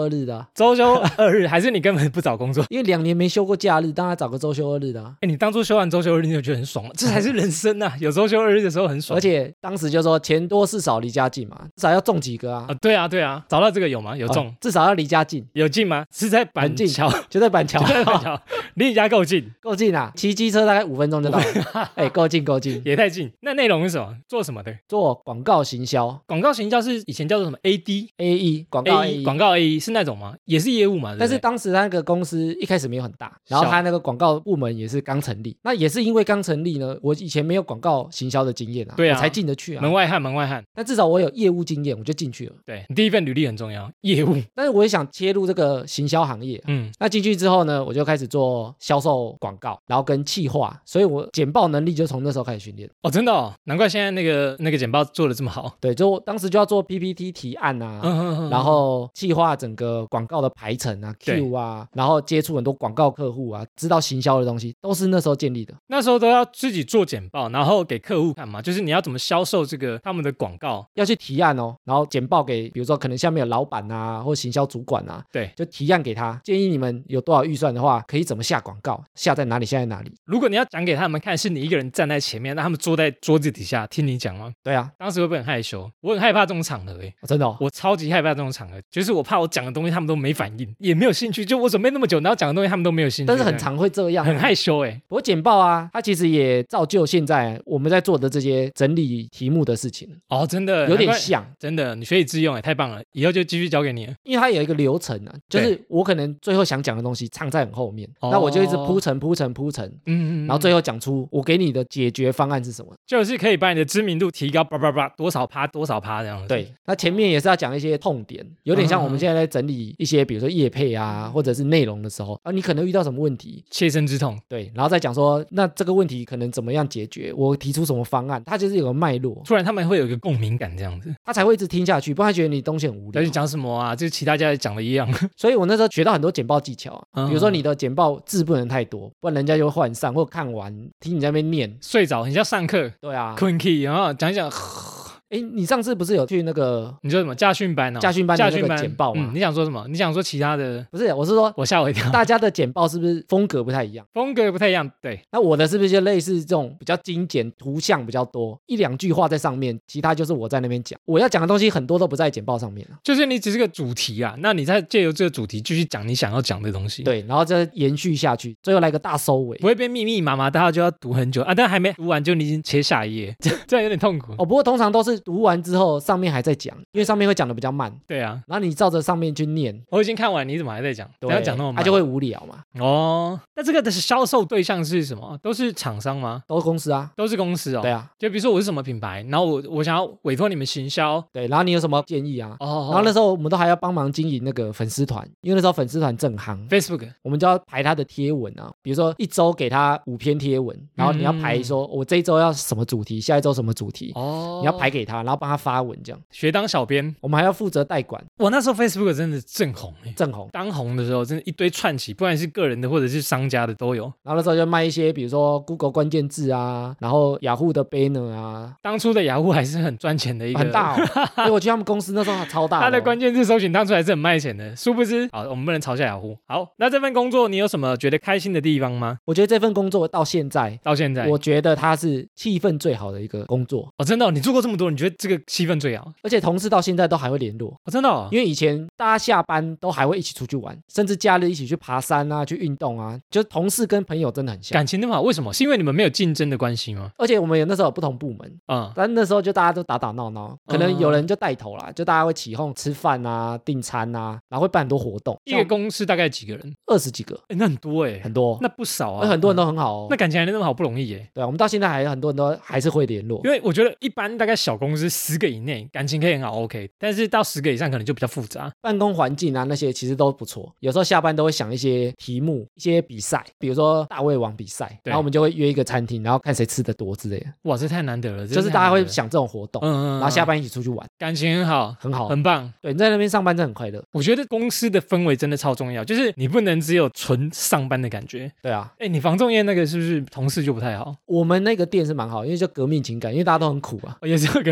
2日的。 周休2日还是你根本不找工作？ 因为2年没休过假日，当然找个周休2日的。 哎，你当初休完周休2日，你就觉得很爽了，这才是人生啊！有周休2日的时候很爽。 而且当时就说钱多事少离家近嘛，至少要中几个啊。 对啊，对啊，找到这个有吗？有中， 至少要离家近。 有近吗？是在板桥， 就在板桥， 就在板桥，离你家够近， 够近啊！骑机车大概5分钟就到了。哎，够近，够近， 也太近。那内容是什么？做什么的？ 做广告行销。 广告行销是以前叫做什么 AD、AE 广告 AE 广告 AE 是那种吗？也是业务嘛？对不对？ 但是当时那个公司一开始没有很大，然后他那个广告部门也是刚成立。那也是因为刚成立呢，我以前没有广告行销的经验啊， 对啊， 我才进得去啊， 门外汉，门外汉。 但至少我有业务经验，我就进去了。 对，你第一份履历很重要，业务。 但是我也想切入这个行销行业，那进去之后呢，我就开始做销售广告，然后跟企划，所以我简报能力就从那时候开始训练。 哦，真的哦，难怪现在那个简报做的这么好。 对，就当时就要做 PPT 提案啊，然后企划整个广告的排程啊 ，Q 啊，然后接触很多广告客户啊，知道行销的东西都是那时候建立的。 那时候都要自己做简报，然后给客户看嘛，就是你要怎么销售这个他们的广告， 要去提案哦，然后简报给比如说可能下面有老板啊，或行销主管啊， 对， 就提案给他，建议你们有多少预算的话，可以怎么下广告，下在哪里，下在哪里。 如果你要讲给他们看，是你一个人站在前面，让他们坐在桌子底下听你讲吗？ 对啊， 当时会不会很害羞？我很害怕这种场合真的我超级害怕这种场合，就是我怕我讲的东西他们都没反应，也没有兴趣，就我准备那么久，然后讲的东西他们都没有兴趣。 但是很常会这样， 很害羞不过简报啊，它其实也造就现在我们在做的这些整理题目的事情。 哦，真的有点像， 真的，你学以致用太棒了，以后就继续交给你了。 因为它有一个流程啊，就是我可能最后想讲的东西藏在很后面，那我就一直铺陈，然后最后讲出我给你的解决方案是什么， 就是可以把你的知名度提高多少趴这样子。 对，那前面也是要讲一些痛点，有点像我们现在在整理一些比如说业配啊或者是内容的时候啊，你可能遇到什么问题， 切身之痛。 对，然后再讲说那这个问题可能怎么样解决，我提出什么方案，它就是有个脉络， 突然他们会有一个共鸣感这样子， 他才会一直听下去，不然他觉得你东西很无聊。 而且讲什么啊，就其他家讲的一样。 所以我那时候学到很多简报技巧啊，比如说你的简报字不能太多，不然人家就会涣散，或看完听你在那边念睡着，很像上课。 对啊， 困 key， 然后讲一讲。 哎，你上次不是有去那个？ 你说什么驾训班哦？ 驾训班的那个简报吗？ 你想说什么？你想说其他的？ 不是，我是说， 我吓我一跳。 大家的简报是不是风格不太一样？ 风格不太一样，对。 那我的是不是就类似这种比较精简，图像比较多，1-2句话在上面，其他就是我在那边讲。我要讲的东西很多都不在简报上面啊， 就是你只是个主题啊，那你再借由这个主题继续讲你想要讲的东西。 对，然后再延续下去，最后来个大收尾， 不会变密密麻麻，大家就要读很久啊。但还没读完就你已经切下一页，这样有点痛苦。 哦，不过通常都是读完之后。上面还在讲，因为上面会讲的比较慢。 对啊， 然后你照着上面去念。 我已经看完，你怎么还在讲？不要讲那么慢， 他就会无聊嘛。 哦，那这个的销售对象是什么？都是厂商吗？ 都是公司啊， 都是公司哦。 对啊， 就比如说我是什么品牌，然后我想要委托你们行销， 对，然后你有什么建议啊？哦。然后那时候我们都还要帮忙经营那个粉丝团，因为那时候粉丝团正夯 ，Facebook， 我们就要排他的贴文啊，比如说一周给他5篇贴文，然后你要排说我这一周要什么主题，下一周什么主题，哦，你要排给他，然后帮他发文这样。 学当小编， 我们还要负责代管。 我那时候 Facebook 真的正红， 正红， 当红的时候真的一堆串起，不管是个人的或者是商家的都有。 然后那时候就卖一些，比如说 Google 关键字啊，然后雅虎的 banner 啊。 当初的雅虎还是很赚钱的一个， 很大哦。因为我去他们公司那时候超大， 他的关键字搜寻当初还是很卖钱的。殊不知，好，我们不能嘲笑雅虎。好，那这份工作你有什么觉得开心的地方吗？ 我觉得这份工作到现在，我觉得它是气氛最好的一个工作。 哦，真的，你做过这么多，你觉得这个气氛最好？ 而且同事到现在都还会联络。 哦，真的， 因为以前大家下班都还会一起出去玩，甚至假日一起去爬山啊，去运动啊，就是同事跟朋友真的很像， 感情那么好。为什么？是因为你们没有竞争的关系吗？ 而且我们那时候有不同部门，但那时候就大家都打打闹闹，可能有人就带头啦，就大家会起哄吃饭啊、订餐啊，然后会办很多活动。 一个公司大概几个人 ？20几个， 那很多很多， 那不少啊。 很多人都很好哦， 那感情还那么好不容易耶。 对啊，我们到现在还很多人都还是会联络， 因为我觉得一般大概小公司10个以内感情可以很好 OK， 但是到10个以上可能就比较复杂。 办公环境啊那些其实都不错，有时候下班都会想一些题目、一些比赛，比如说大胃王比赛，然后我们就会约一个餐厅，然后看谁吃得多之类的。 哇，这太难得了， 就是大家会想这种活动，然后下班一起出去玩， 感情很好， 很好， 很棒。 对，你在那边上班真的很快乐。 我觉得公司的氛围真的超重要，就是你不能只有纯上班的感觉。 对啊， 你房仲业那个是不是同事就不太好？ 我们那个店是蛮好，因为就革命情感，因为大家都很苦啊， 也是有革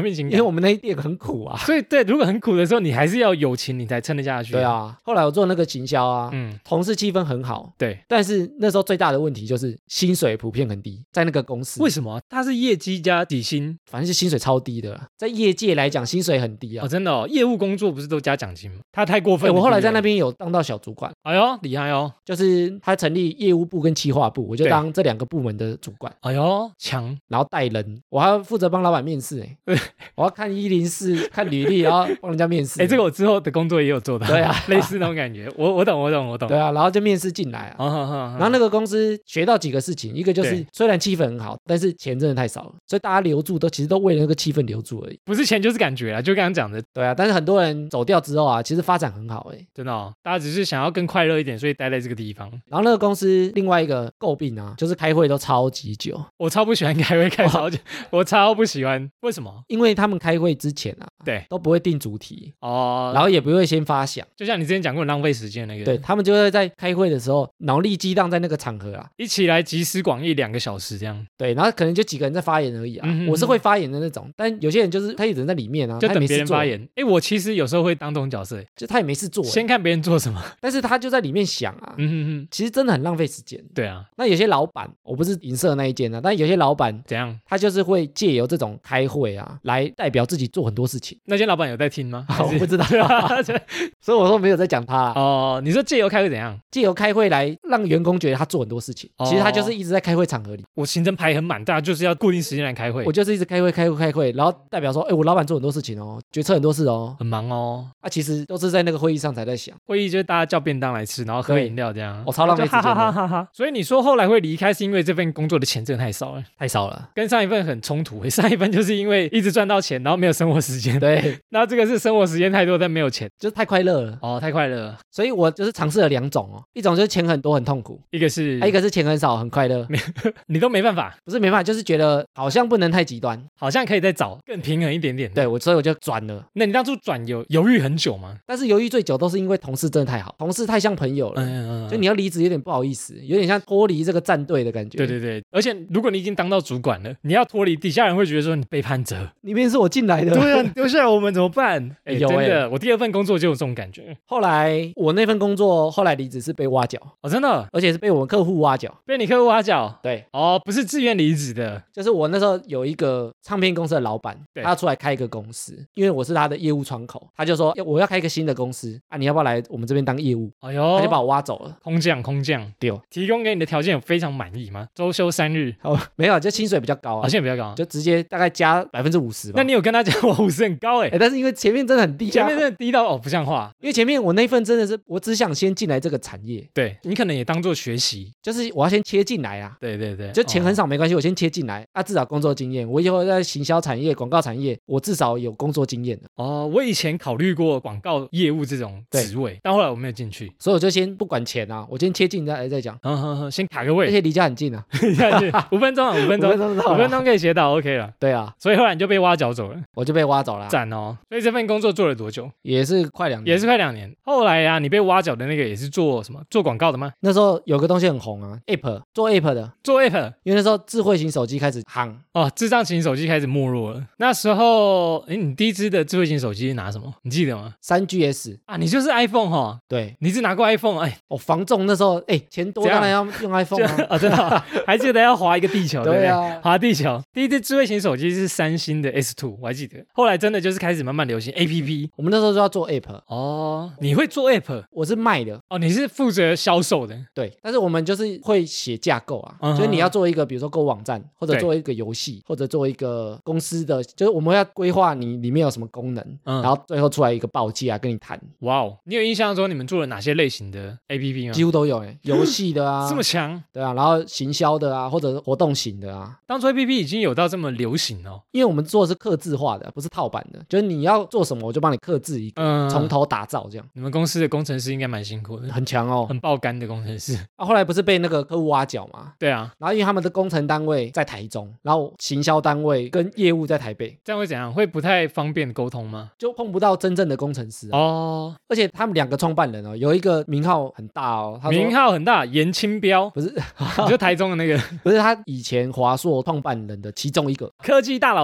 革命情感， 因为我们那一店很苦啊。 所以对，如果很苦的时候，你还是要友情，你才撑得下去。 对啊，后来我做那个行销啊，同事气氛很好， 对， 但是那时候最大的问题就是薪水普遍很低，在那个公司。 为什么？它是业绩加底薪， 反正是薪水超低的，在业界来讲薪水很低啊。 真的哦，业务工作不是都加奖金吗？他太过分了。 我后来在那边有当到小主管， 哎呦，厉害哦！ 就是他成立业务部跟企划部，我就当这2个部门的主管。 哎呦，强！ 然后带人，我还要负责帮老板面试我要看104看履历，然后帮人家面试。 这个我之后的工作也有做到。对啊，类似那种感觉。我懂。 对啊，然后就面试进来啊。然后那个公司学到几个事情，一个就是虽然气氛很好，但是钱真的太少了，所以大家留住其实都为了那个气氛留住而已， 不是钱就是感觉啊，就刚刚讲的。 对啊，但是很多人走掉之后啊，其实发展很好真的哦，大家只是想要更快乐一点，所以待在这个地方。 然后那个公司另外一个诟病啊，就是开会都超级久。 我超不喜欢开会开超久，我超不喜欢。为什么？ 因为他们开会之前啊， 对， 都不会定主题然后也不会先发想， 就像你之前讲过浪费时间那个。 对，他们就会在开会的时候脑力激荡在那个场合啊， 一起来集思广益2个小时这样。 对，然后可能就几个人在发言而已啊。我是会发言的那种，但有些人就是他一直人在里面啊， 就等别人发言。我其实有时候会当这种角色， 就他也没事做， 先看别人做什么， 但是他就在里面想啊。其实真的很浪费时间。 对啊， 那有些老板，我不是影射那一间啊，但有些老板怎样， 他就是会借由这种开会啊，来代表自己做很多事情。 那间老板有在听吗？ 我不知道所以我说没有在讲他你说借由开会怎样？ 借由开会来让员工觉得他做很多事情，其实他就是一直在开会场合里。 我行程排很满，大家就是要固定时间来开会， 我就是一直开会，然后代表说，我老板做很多事情决策很多事很忙其实都是在那个会议上才在想。 会议就是大家叫便当来吃，然后喝饮料这样。 超浪费时间的。所以你说后来会离开，是因为这份工作的钱真的太少了， 太少了， 跟上一份很冲突。上一份就是因为一直赚到钱，然后没有生活时间。 对， 然后这个是生活时间太多，但没有钱， 就是太快乐了。 太快乐了。 所以我就是尝试了2种一种就是钱很多很痛苦， 一个是钱很少很快乐。 你都没办法， 不是没办法，就是觉得好像不能太极端， 好像可以再找更平衡一点点。 对，所以我就转了。 那你当初转有犹豫很久吗？ 但是犹豫最久都是因为同事真的太好，同事太像朋友了。就你要离职有点不好意思，有点像脱离这个战队的感觉。 对，而且如果你已经当到主管了，你要脱离，底下人会觉得说你背叛者， 里面是我进来的。 对啊，丢下来我们怎么办？真的，我第2份工作就有这种感觉。 后来我那份工作后来离职是被挖角真的， 而且是被我们客户挖角。 被你客户挖角？ 对不是自愿离职的， 就是我那时候有一个唱片公司的老板，他要出来开一个公司，因为我是他的业务窗口，他就说我要开一个新的公司你要不要来我们这边当业务？他就把我挖走了。 空降对，提供给你的条件有非常满意吗？周休3日？ 没有，就薪水比较高薪水比较高， 就直接大概加50%吧。 那你有跟他讲我50很高但是因为前面真的很低， 前面真的低到不像话。 因为前面我那份真的是我只想先进来这个产业， 对，你可能也当做学习， 就是我要先切进来啊。 对， 就钱很少没关系，我先切进来至少工作经验，我以后在行销产业、广告产业，我至少有工作经验的。 我以前考虑过广告业务这种职位，但后来我没有进去， 所以我就先不管钱我先切进再讲。 先卡个位， 而且离家很近 5分钟5分钟可以写到 OK 了。 对啊， 所以后来你就被挖角走了， 我就被挖走了。 赞所以这份工作做了多久？ 也是快2年， 后来你被挖角的那个也是做什么？做广告的吗？ 那时候有个东西很红App， 做 App 的，因为那时候智慧型手机开始夯智障型手机开始没落了。那时候你第一支的智慧型手机是拿什么？你记得吗 ？3GS 你就是 iPhone 对， 你是拿过 iPhone 防重那时候钱多当然要用 iPhone 真的还记得要滑一个地球， 对啊， 滑地球。第一支智慧型手机是3星的 S2， 我还记得。后来真的就是开始慢慢流行 APP， 我们那时候就要做 App。 你会做 App？ 我是卖的你是负责销售的。 对，但是我们就是会写架构就是你要做一个比如说购物网站，或者做一个游戏，或者做一个公司的，就是我们要规划你里面有什么功能，然后最后出来一个报价跟你谈。 哇你有印象说你们做了哪些类型的 APP 吗？ 几乎都有游戏的这么强？ 对然后行销的或者活动型的当初 APP 已经有到这么流行因为我们做的是客制化的，不是套版的，就是你要做什么我就帮你客制一个，从头打造这样。 你们公司的工程师应该蛮辛苦的， 很强很爆肝的工程师后来不是被那个客户挖角吗？ 对然后因为他们的工程单位在台中，然后行销单位跟业务在台北， 这样会怎样？会不太方便沟通吗？ 就碰不到真正的工程师而且他们2个创办人有一个名号很大名号很大，严清标不是你就台中的那个不是他以前华硕创办人的其中一个科技大佬的前辈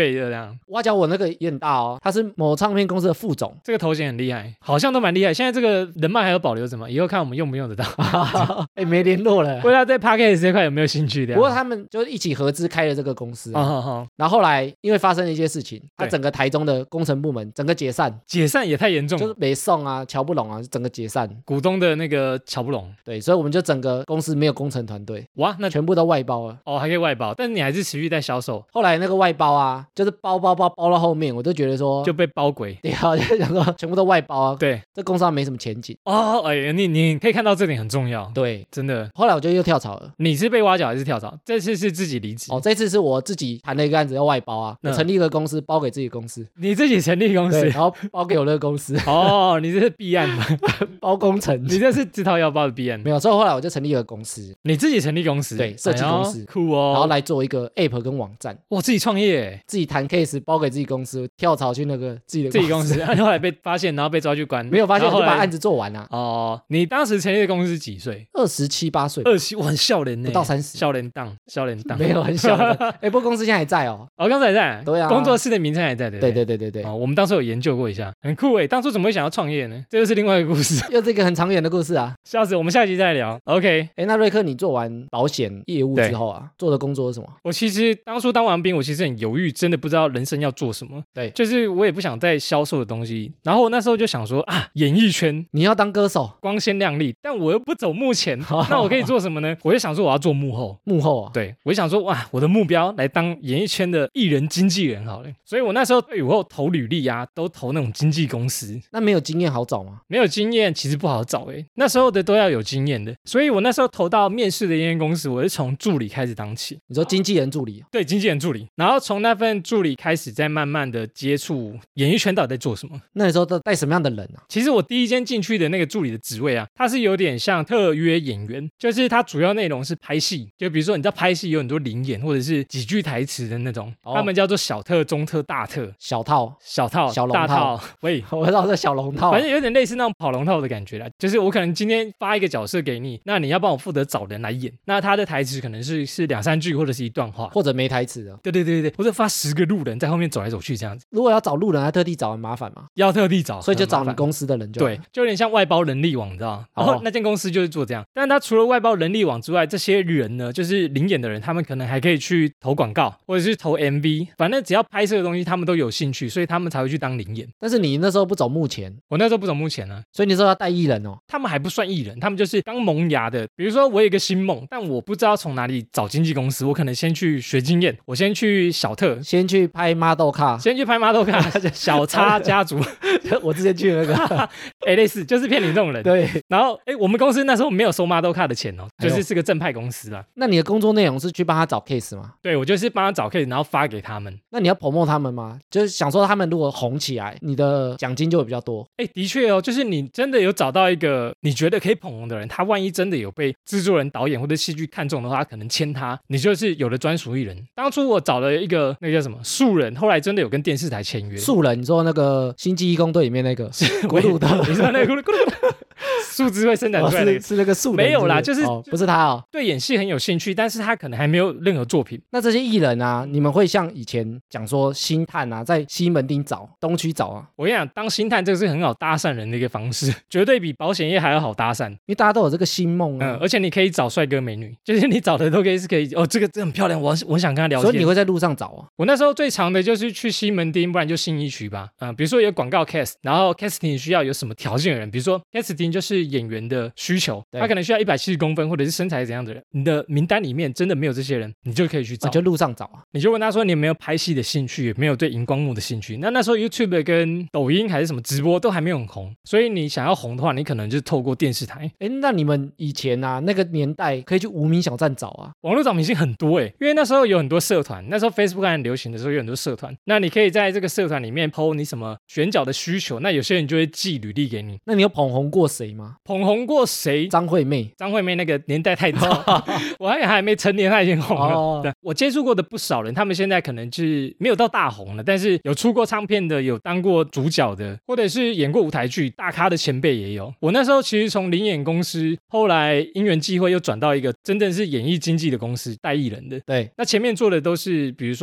倍的这样。 挖角我那个也很大哦，他是某唱片公司的副总， 这个头衔很厉害，好像都蛮厉害。现在这个人脉还有保留什么？以后看我们用不用得到。 哎，没联络了。 不知道在 Podcast 这块有没有兴趣的？ 不过他们就一起合资开了这个公司、然后后来因为发生了一些事情，他整个台中的工程部门整个解散， 解散也太严重了， 就是没送啊，瞧不拢啊，整个解散。 股东的那个瞧不拢， 对，所以我们就整个公司没有工程团队， 哇，那全部都外包了。 哦，还可以外包，但是你还是持续在销售。 后来那个外包啊，就是包到后面，我就觉得说就被包鬼。 对啊，就想说全部都外包啊， 对， 这公司没什么前景。 哦，哎，你可以看到这点很重要。 对， 真的。 后来我就又跳槽了。 你是被挖角还是跳槽？这次是自己离职。 哦，这次是我自己谈了一个案子要外包啊，我成立一个公司包给自己公司。 你自己成立公司， 然后包给我那个公司。 哦，你这是弊案吗？ 包工程， 你这是自掏腰包的弊案。 没有，所以后来我就成立一个公司。 你自己成立公司？ 对，设计公司， 酷哦。 然后来做一个 app 跟网站。 哇，自己创业， 自己谈 case 包给自己公司，跳槽去那个自己公司。 后来被发现，然后被抓去关。 没有发现，就把案子做完了。 哦，你当时成立的公司几岁 ？27、8岁。 27，我很少年呢， 不到30。 少年档。 没有很小的。哎，不过公司现在还在哦。 哦，刚才还在。 对啊。 工作室的名称还在的。 对。 哦，我们当时有研究过一下，很酷哎。当初怎么会想要创业呢？这又是另外一个故事， 又是一个很长远的故事啊。 下次我们下集再聊。OK。 哎，那瑞克，你做完保险业务之后啊，做的工作是什么？ 我其实当初当完兵，我其实很犹豫，真的不知道人生要做什么。 对， 就是我也不想再销售的东西。然后我那时候就想说啊，演艺圈你要当歌手， 光鲜亮丽，但我又不走幕前，那我可以做什么呢？我就想说我要做幕后。 幕后啊？ 对，我就想说哇，我的目标来当演艺圈的艺人经纪人好了。所以我那时候退伍后投履历啊，都投那种经纪公司。 那没有经验好找吗？ 没有经验其实不好找哎，那时候的都要有经验的。所以我那时候投到面试的一间公司，我是从助理开始当起。 你说经纪人助理？ 对，经纪人助理。然后从那份助理开始，再慢慢的接触演艺圈到底在做什么。 那时候都带什么样的人啊？ 其实我第一间进去的那个助理的职位啊，他是有点像特约演员，就是他主要内容是拍戏，就比如说你知道拍戏有很多临演或者是几句台词的那种，他们叫做小特、中特、大特、 小套、 小龙大套。喂， 我知道是小龙套， 反正有点类似那种跑龙套的感觉啦。就是我可能今天发一个角色给你，那你要帮我负责找人来演，那他的台词可能是2-3句或者是一段话， 或者没台词的。 对，或者发10个路人在后面走来走去这样子。 如果要找路人，还特地找很麻烦吗？ 要特地找， 所以就找你公司的人就对，就有点像外包人力网，你知道？然后那间公司就是做这样，但他除了外包人力网之外，这些人呢，就是临演的人，他们可能还可以去投广告或者是投 MV， 反正只要拍摄的东西，他们都有兴趣，所以他们才会去当临演。 但是你那时候不走幕前， 我那时候不走幕前啊， 所以你说要带艺人哦。 他们还不算艺人，他们就是刚萌芽的。比如说我有一个新梦，但我不知道从哪里找经纪公司，我可能先去学经验，我先去小特， 先去拍 model 卡， 小叉家族。 我之前去那个类似就是骗你这种人。 对， 然后我们公司那时候没有收 model 卡的钱哦，就是个正派公司啦。 那你的工作内容是去帮他找 case 吗？ 对，我就是帮他找 case，然后发给他们。 那你要 promote 他们吗？就是想说他们如果红起来，你的奖金就会比较多。 的确哦，就是你真的有找到一个你觉得可以捧红的人，他万一真的有被制作人、导演或者戏剧看中的话，他可能签他，你就是有了专属艺人。当初我找了一个那个叫什么素人，后来真的有跟电视台签约。 素人，你说那个星际义工队里面那个咕噜的， 你说那个咕噜树枝会生长出来的， 是那个素人？ 没有啦，就是不是他哦。 对演戏很有兴趣，但是他可能还没有任何作品。 那这些艺人啊，你们会像以前讲说星探啊，在西门町找、东区找啊？ 我跟你讲，当星探这个是很好搭讪人的一个方式，绝对比保险业还要好搭讪，因为大家都有这个星梦啊。 而且你可以找帅哥美女，就是你找的都可以是可以哦，这个很漂亮，我想跟他聊天。 所以你会在路上找啊？ 我那时候最长的就是去西门町，不然就信义区吧。比如说有广告 cast， 然后 casting 需要有什么条件的人，比如说 casting 就是演员的需求，他可能需要170公分或者是身材怎样的人，你的名单里面真的没有这些人，你就可以去找， 就路上找啊。 你就问他说你有没有拍戏的兴趣，有没有对荧光幕的兴趣。那时候 YouTube 跟抖音还是什么直播都还没有很红，所以你想要红的话，你可能就是透过电视台。 那你们以前啊那个年代可以去无名小站找啊， 网络找明星很多因为那时候有很多社团，那时候 Facebook 还很流行的时候有很多社团，那你可以在这个社团里面 po 你什么选角的需求，那有些人就会寄履历给你。 那你有捧红过谁吗？ 捧红过谁？张惠妹那个年代太早我还没成年，她已经红了。对，我接触过的不少人，他们现在可能是没有到大红了，但是有出过唱片的，有当过主角的，或者是演过舞台剧大咖的前辈也有。我那时候其实从临演公司，后来因缘际会又转到一个真正是演艺经纪的公司带艺人的。 对， 那前面做的都是比如说就是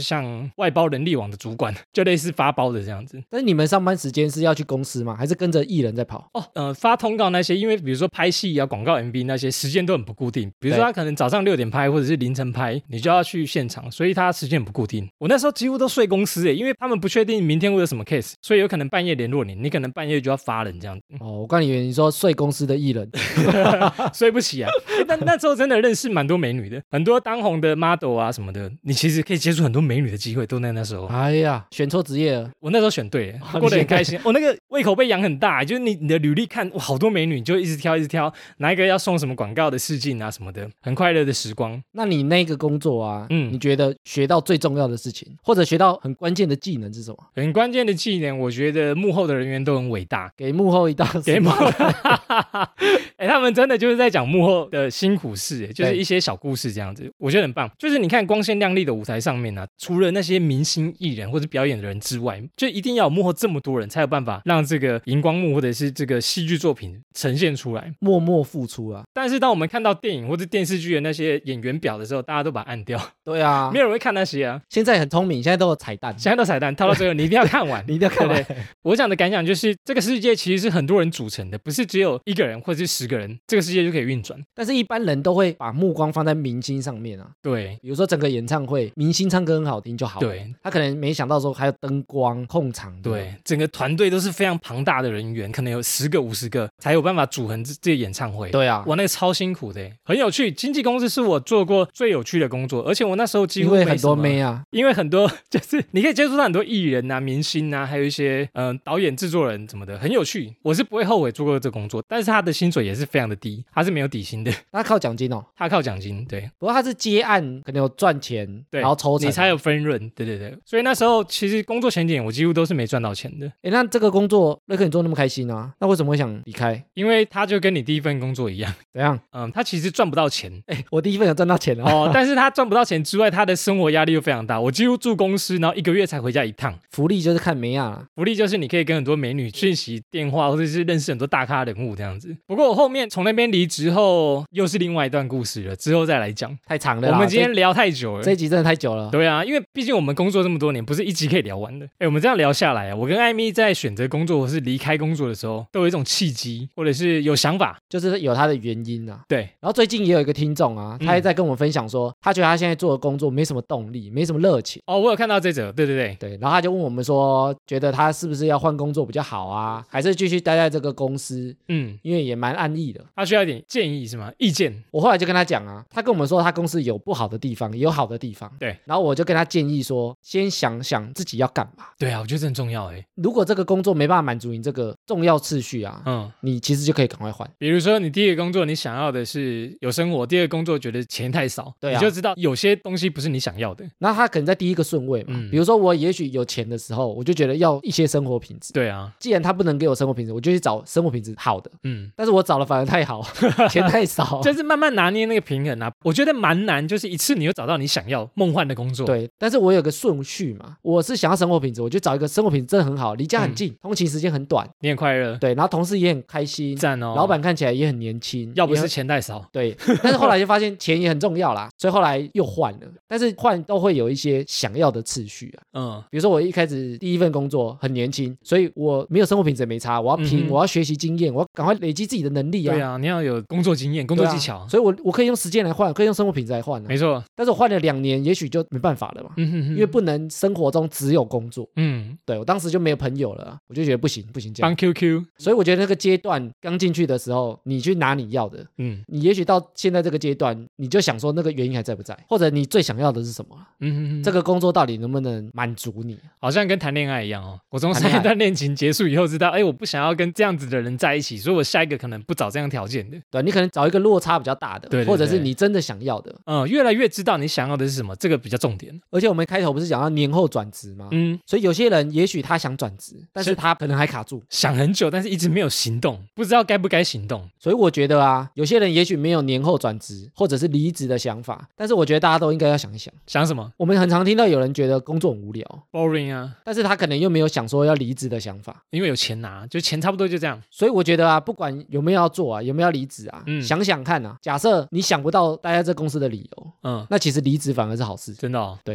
像外包人力网的主管，就类似发包的这样子。 但是你们上班时间是要去公司吗？还是跟着艺人在跑？ 发通告那些，因为比如说拍戏啊、广告 MV 那些时间都很不固定，比如说他可能早上6点拍，或者是凌晨拍，你就要去现场，所以他时间很不固定。我那时候几乎都睡公司因为他们不确定明天会有什么 case， 所以有可能半夜联络你，你可能半夜就要发人这样子。 我刚以为你说睡公司的艺人， 睡不起啊。但那时候真的认识蛮多美女的，很多当红的 model 啊什么的，你其实可以接触很多美女的机会都在那时候。 哎呀，选错职业了。 我那时候选对了，过得很开心。我那个胃口被养很大，就是你的履历看好多美女，你就一直挑，哪一个要送什么广告的试镜啊什么的，很快乐的时光。 那你那个工作啊，你觉得学到最重要的事情，或者学到很关键的技能是什么？ 很关键的技能，我觉得幕后的人员都很伟大， 给幕后一道， 给幕后他们真的就是在讲幕后的辛苦事，就是一些小故事这样子，我觉得很棒。就是你看光鲜亮丽的舞台上面啊，除了那些明星艺人或者表演的人之外，就一定要有幕后这么多人才有办法让这个荧光幕或者是这个戏剧作品呈现出来， 默默付出啊。 但是当我们看到电影或者电视剧的那些演员表的时候，大家都把它按掉。 对啊， 没有人会看那些啊。 现在很聪明，现在都有彩蛋， 套到最后你一定要看完你一定要看完。 我讲的感想就是这个世界其实是很多人组成的，不是只有一个人或者是10个人这个世界就可以运转。 但是一般人都会把目光放在明星上面啊。 对， 比如说整个演唱会明星唱歌很好听就好了， 对， 他可能没想到说还有灯光控场， 对，整个团队都是非常庞大的人员，可能有10个50个才有办法组成这个演唱会。 对啊， 哇，那个超辛苦的，很有趣。经纪公司是我做过最有趣的工作，而且我那时候几乎没什么， 因为很多妹啊， 因为很多就是你可以接触到很多艺人啊、明星啊，还有一些导演、制作人什么的，很有趣。我是不会后悔做过这个工作，但是他的薪水也是非常的低，他是没有底薪的。 他靠奖金哦， 他靠奖金，对。 不过他是接案，可能有赚钱， 对， 然后抽成， 你才有分润。对对对，所以那时候其实工作前景我几乎都是没赚到钱的。 那这个工作瑞克你做那么开心啊，那为什么会想离开？ 因为他就跟你第一份工作一样， 怎样？ 他其实赚不到钱。 我第一份有赚到钱但是他赚不到钱之外，他的生活压力又非常大。我几乎住公司，然后1个月才回家一趟。 福利就是看美啊， 福利就是你可以跟很多美女讯息、电话，或者是认识很多大咖人物这样子。不过我后面从那边离职后，又是另外一段故事了，之后再来讲。 太长了， 我们今天聊太久了， 这一集真的太久了。 对啊，因为毕竟我们工作这么多年，不是一集可以聊完的。我们这样聊下来啊，我跟艾米在选择工作或是离开工作的时候，都有一种契机，或者是有想法， 就是有他的原因啊。 对。 然后最近也有一个听众啊，他也在跟我们分享说，他觉得他现在做的工作没什么动力，没什么热情。 我有看到这则，对对对对。然后他就问我们说，觉得他是不是要换工作比较好啊，还是继续待在这个公司？因为也蛮安逸的。 他需要一点建议是吗？意见。 我后来就跟他讲啊，他跟我们说他公司有不好的地方，也有好的地方。 对。 然后我就跟他建议说，先想想自己要干嘛。 对啊，我觉得这很重要如果这个工作没办法满足你这个重要次序啊，你其实就可以赶快换。 比如说你第一个工作你想要的是有生活，第二个工作觉得钱太少， 对啊， 你就知道有些东西不是你想要的。 那他可能在第一个顺位嘛，比如说我也许有钱的时候，我就觉得要一些生活品质。 对啊， 既然他不能给我生活品质，我就去找生活品质好的。但是我找的反而太好，钱太少， 就是慢慢拿捏那个平衡啊。我觉得蛮难，就是一次你就找到你想要梦幻的工作。 对，但是我有个顺序嘛，我是想要生活品质，我就找一个生活品质真的很好，离家很近，通勤时间很短， 你很快乐。 对，然后同事也很开心， 赞哦， 老板看起来也很年轻， 要不是钱太少。 对，但是后来就发现钱也很重要啦，所以后来又换了。但是换都会有一些想要的次序啊。比如说我一开始第一份工作很年轻，所以我没有生活品质也没差，我要拼，我要学习经验，我要赶快累积自己的能力啊。 对啊，你要有工作经验、工作技巧， 所以我可以用时间来换，可以用生活品质来换啊。 没错， 但是我换了2年，也许就没办法了嘛。因为不能生活中只有工作。对，我当时就没有朋友了，我就觉得不行这样。 帮 QQ， 所以我觉得那个阶段刚进去的时候，你去拿你要的，你也许到现在这个阶段，你就想说那个原因还在不在，或者你最想要的是什么？这个工作到底能不能满足你？ 好像跟谈恋爱一样哦。我从上一段恋情结束以后，知道，我不想要跟这样子的人在一起，所以我下一个可能不找这样条件的。 对，你可能找一个落差比较大的， 对， 或者是你真的想要的。 越来越知道你想要的是什么，这个比较重点。 而且我们开头不是讲到年后转职吗？所以有些人也许他想转职，但是他可能还卡住， 想很久，但是一直没有行动，不知道该不该行动。 所以我觉得啊，有些人也许没有年后转职或者是离职的想法，但是我觉得大家都应该要想一想。 想什么？ 我们很常听到有人觉得工作很无聊 ，boring 啊， 但是他可能又没有想说要离职的想法， 因为有钱拿，就钱差不多就这样。 所以我觉得啊，不管有没有要做啊，有没有要离职啊，想想看啊，假设你想不到待在这公司的理由，那其实离职反而是好事。 真的哦。 对，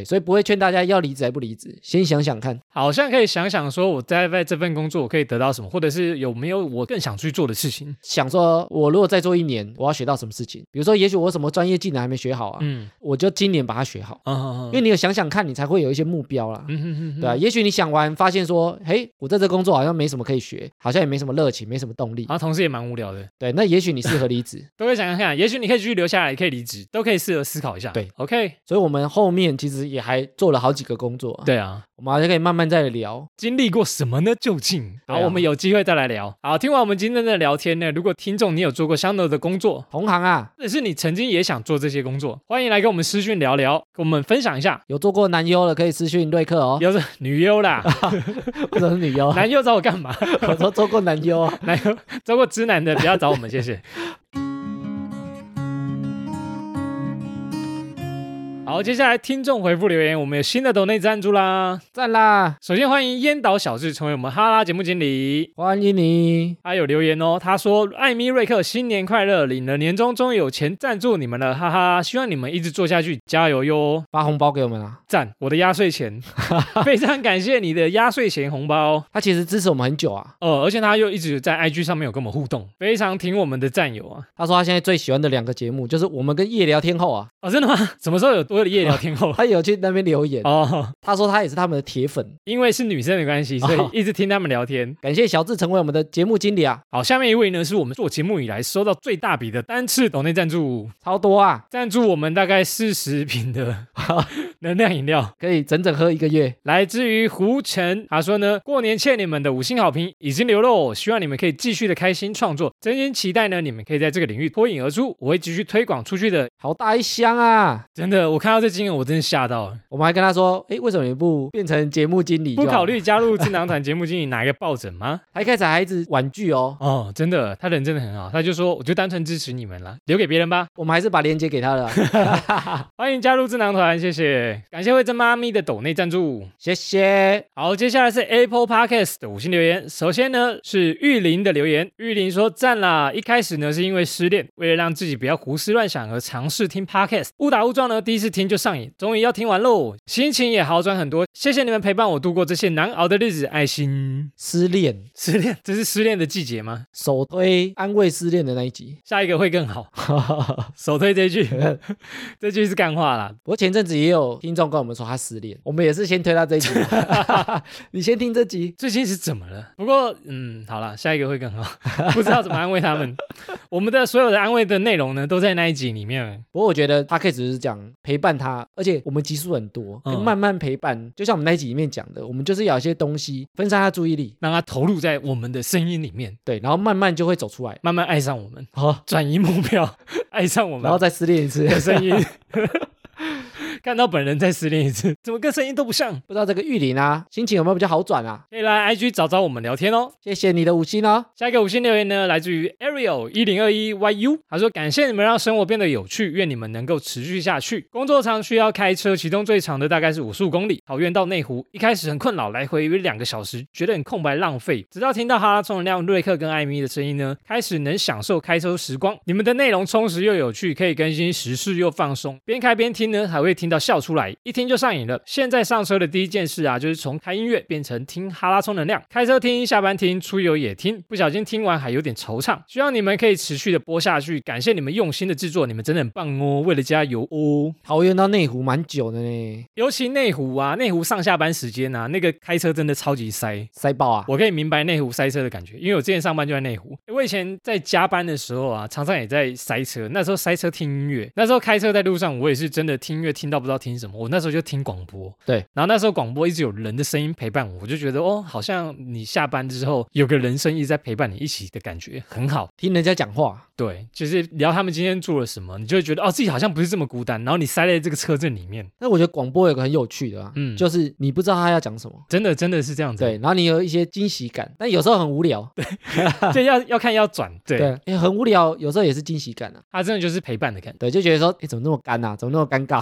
对，所以不会劝大家要离职还不离职，先想想看。 好像可以想想说我在这份工作我可以得到什么，或者是有没有我更想去做的事情。 想说我如果再做1年，我要学到什么事情，比如说也许我什么专业技能还没学好啊，我就今年把它学好，因为你有想想看，你才会有一些目标啦，对啊，也许你想完发现说，嘿，我在这工作好像没什么可以学，好像也没什么热情，没什么动力， 然后同时也蛮无聊的， 对，那也许你适合离职， 都会想想看，也许你可以继续留下来，也可以离职，都可以适合思考一下。 对 ，OK， 所以我们后面其实也还做了好几个工作， 对啊， 我们还可以慢慢再聊， 经历过什么呢？究竟？好，我们有机会再来聊。好，听完我们今天的聊天呢，如果听众你有做过相同的工作， 同行啊， 或者是你曾经也想做这些工作，欢迎来跟我们私讯聊聊，跟我们分享一下。 有做过男优的可以私讯瑞克哦， 有是女优啦， 或者是女优， 男优找我干嘛？ 我说做过男优啊， 男优做过直男的不要找我们，谢谢。好，接下来听众回复留言，我们有新的抖内赞助啦， 赞啦！ 首先欢迎烟岛小智成为我们哈拉节目经理， 欢迎你。 他有留言哦，他说艾米瑞克新年快乐，领了年终终于有钱赞助你们了，哈哈，希望你们一直做下去，加油哟！ 发红包给我们啊， 赞，我的压岁钱，非常感谢你的压岁钱红包。 他其实支持我们很久啊， 而且他又一直在 IG 上面有跟我们互动，非常挺我们的战友啊。 他说他现在最喜欢的2个节目就是我们跟夜聊天后啊。 哦，真的吗？什么时候有多的夜聊天后？ 他有去那边留言哦。 他说他也是他们的铁粉， 因为是女生的关系，所以一直听他们聊天。 感谢小智成为我们的节目经理啊。 好，下面一位呢是我们做节目以来收到最大笔的单次抖内赞助， 超多啊， 赞助我们大概40瓶的能量饮料， 可以整整喝1个月。 来自于胡晨，他说呢，过年欠你们的5星好评已经留了，希望你们可以继续的开心创作，真心期待呢你们可以在这个领域脱颖而出，我会继续推广出去的。 好大一箱啊， 真的，我看到这金额我真的吓到了。 我们还跟他说，为什么你不变成节目经理， 不考虑加入智囊团节目经理拿一个抱枕吗？ 他一开始还一直婉拒哦，真的，他人真的很好，他就说我就单纯支持你们啦，留给别人吧。 我们还是把链接给他了。 欢迎加入智囊团，谢谢，感谢慧珍妈咪的抖内赞助， 谢谢。 好，接下来是 Apple Podcast 的5星留言，首先呢是玉林的留言，玉林说赞啦，一开始呢是因为失恋，为了让自己不要胡思乱想而尝试听 Podcast， 误打误撞呢第一次听就上瘾，终于要听完喽，心情也好转很多，谢谢你们陪伴我度过这些难熬的日子，爱心。 失恋， 这是失恋的季节吗？ 首推安慰失恋的那一集， 下一个会更好。首推这句，这句是干话啦。 不过前阵子也有听众跟我们说他失恋，我们也是先推到这一集。你先听这集， 最近是怎么了？不过好啦，下一个会更好，不知道怎么安慰他们。我们的所有的安慰的内容呢，都在那一集里面。 不过我觉得他可以只是讲陪伴他，而且我们集数很多，慢慢陪伴。就像我们那一集里面讲的，我们就是要有一些东西分散他注意力， 让他投入在我们的声音里面。 对，然后慢慢就会走出来， 慢慢爱上我们，转移目标，爱上我们， 然后再失恋一次的声音。看到本人再失恋一次，怎么跟声音都不像？ 不知道这个玉林啊，心情有没有比较好转啊？ 可以来 IG 找我们聊天哦。 谢谢你的5星哦。 下一个5星留言呢，来自于 Ariel1021YU， 他说感谢你们让生活变得有趣，愿你们能够持续下去。工作常需要开车，其中最长的大概是55公里，桃园到内湖，一开始很困扰，来回约2个小时，觉得很空白浪费。直到听到哈拉充能量瑞克跟艾米的声音呢，开始能享受开车时光。你们的内容充实又有趣，可以更新时事又放松，边开边听呢，还会听到笑出来，一听就上瘾了。现在上车的第一件事啊，就是从开音乐变成听哈拉充能量，开车听，下班听，出游也听，不小心听完还有点惆怅。希望你们可以持续的播下去，感谢你们用心的制作，你们真的很棒哦，为了加油哦。 桃园到内湖蛮久的呢， 尤其内湖啊，内湖上下班时间啊，那个开车真的超级塞爆啊！ 我可以明白内湖塞车的感觉，因为我之前上班就在内湖，我以前在加班的时候啊，常常也在塞车，那时候塞车听音乐，那时候开车在路上，我也是真的听音乐听到不知道听什么，我那时候就听广播， 对， 然后那时候广播一直有人的声音陪伴我，我就觉得好像你下班之后有个人声音在陪伴你一起的感觉很好， 听人家讲话， 对，就是聊他们今天做了什么，你就会觉得自己好像不是这么孤单，然后你塞在这个车阵里面。 那我觉得广播有个很有趣的就是你不知道他要讲什么， 真的是这样子， 对，然后你有一些惊喜感，但有时候很无聊， 对，这要看要转，对， 很无聊，有时候也是惊喜感啊， 它真的就是陪伴的感觉， 对，就觉得说怎么那么干啊，怎么那么尴尬， 真的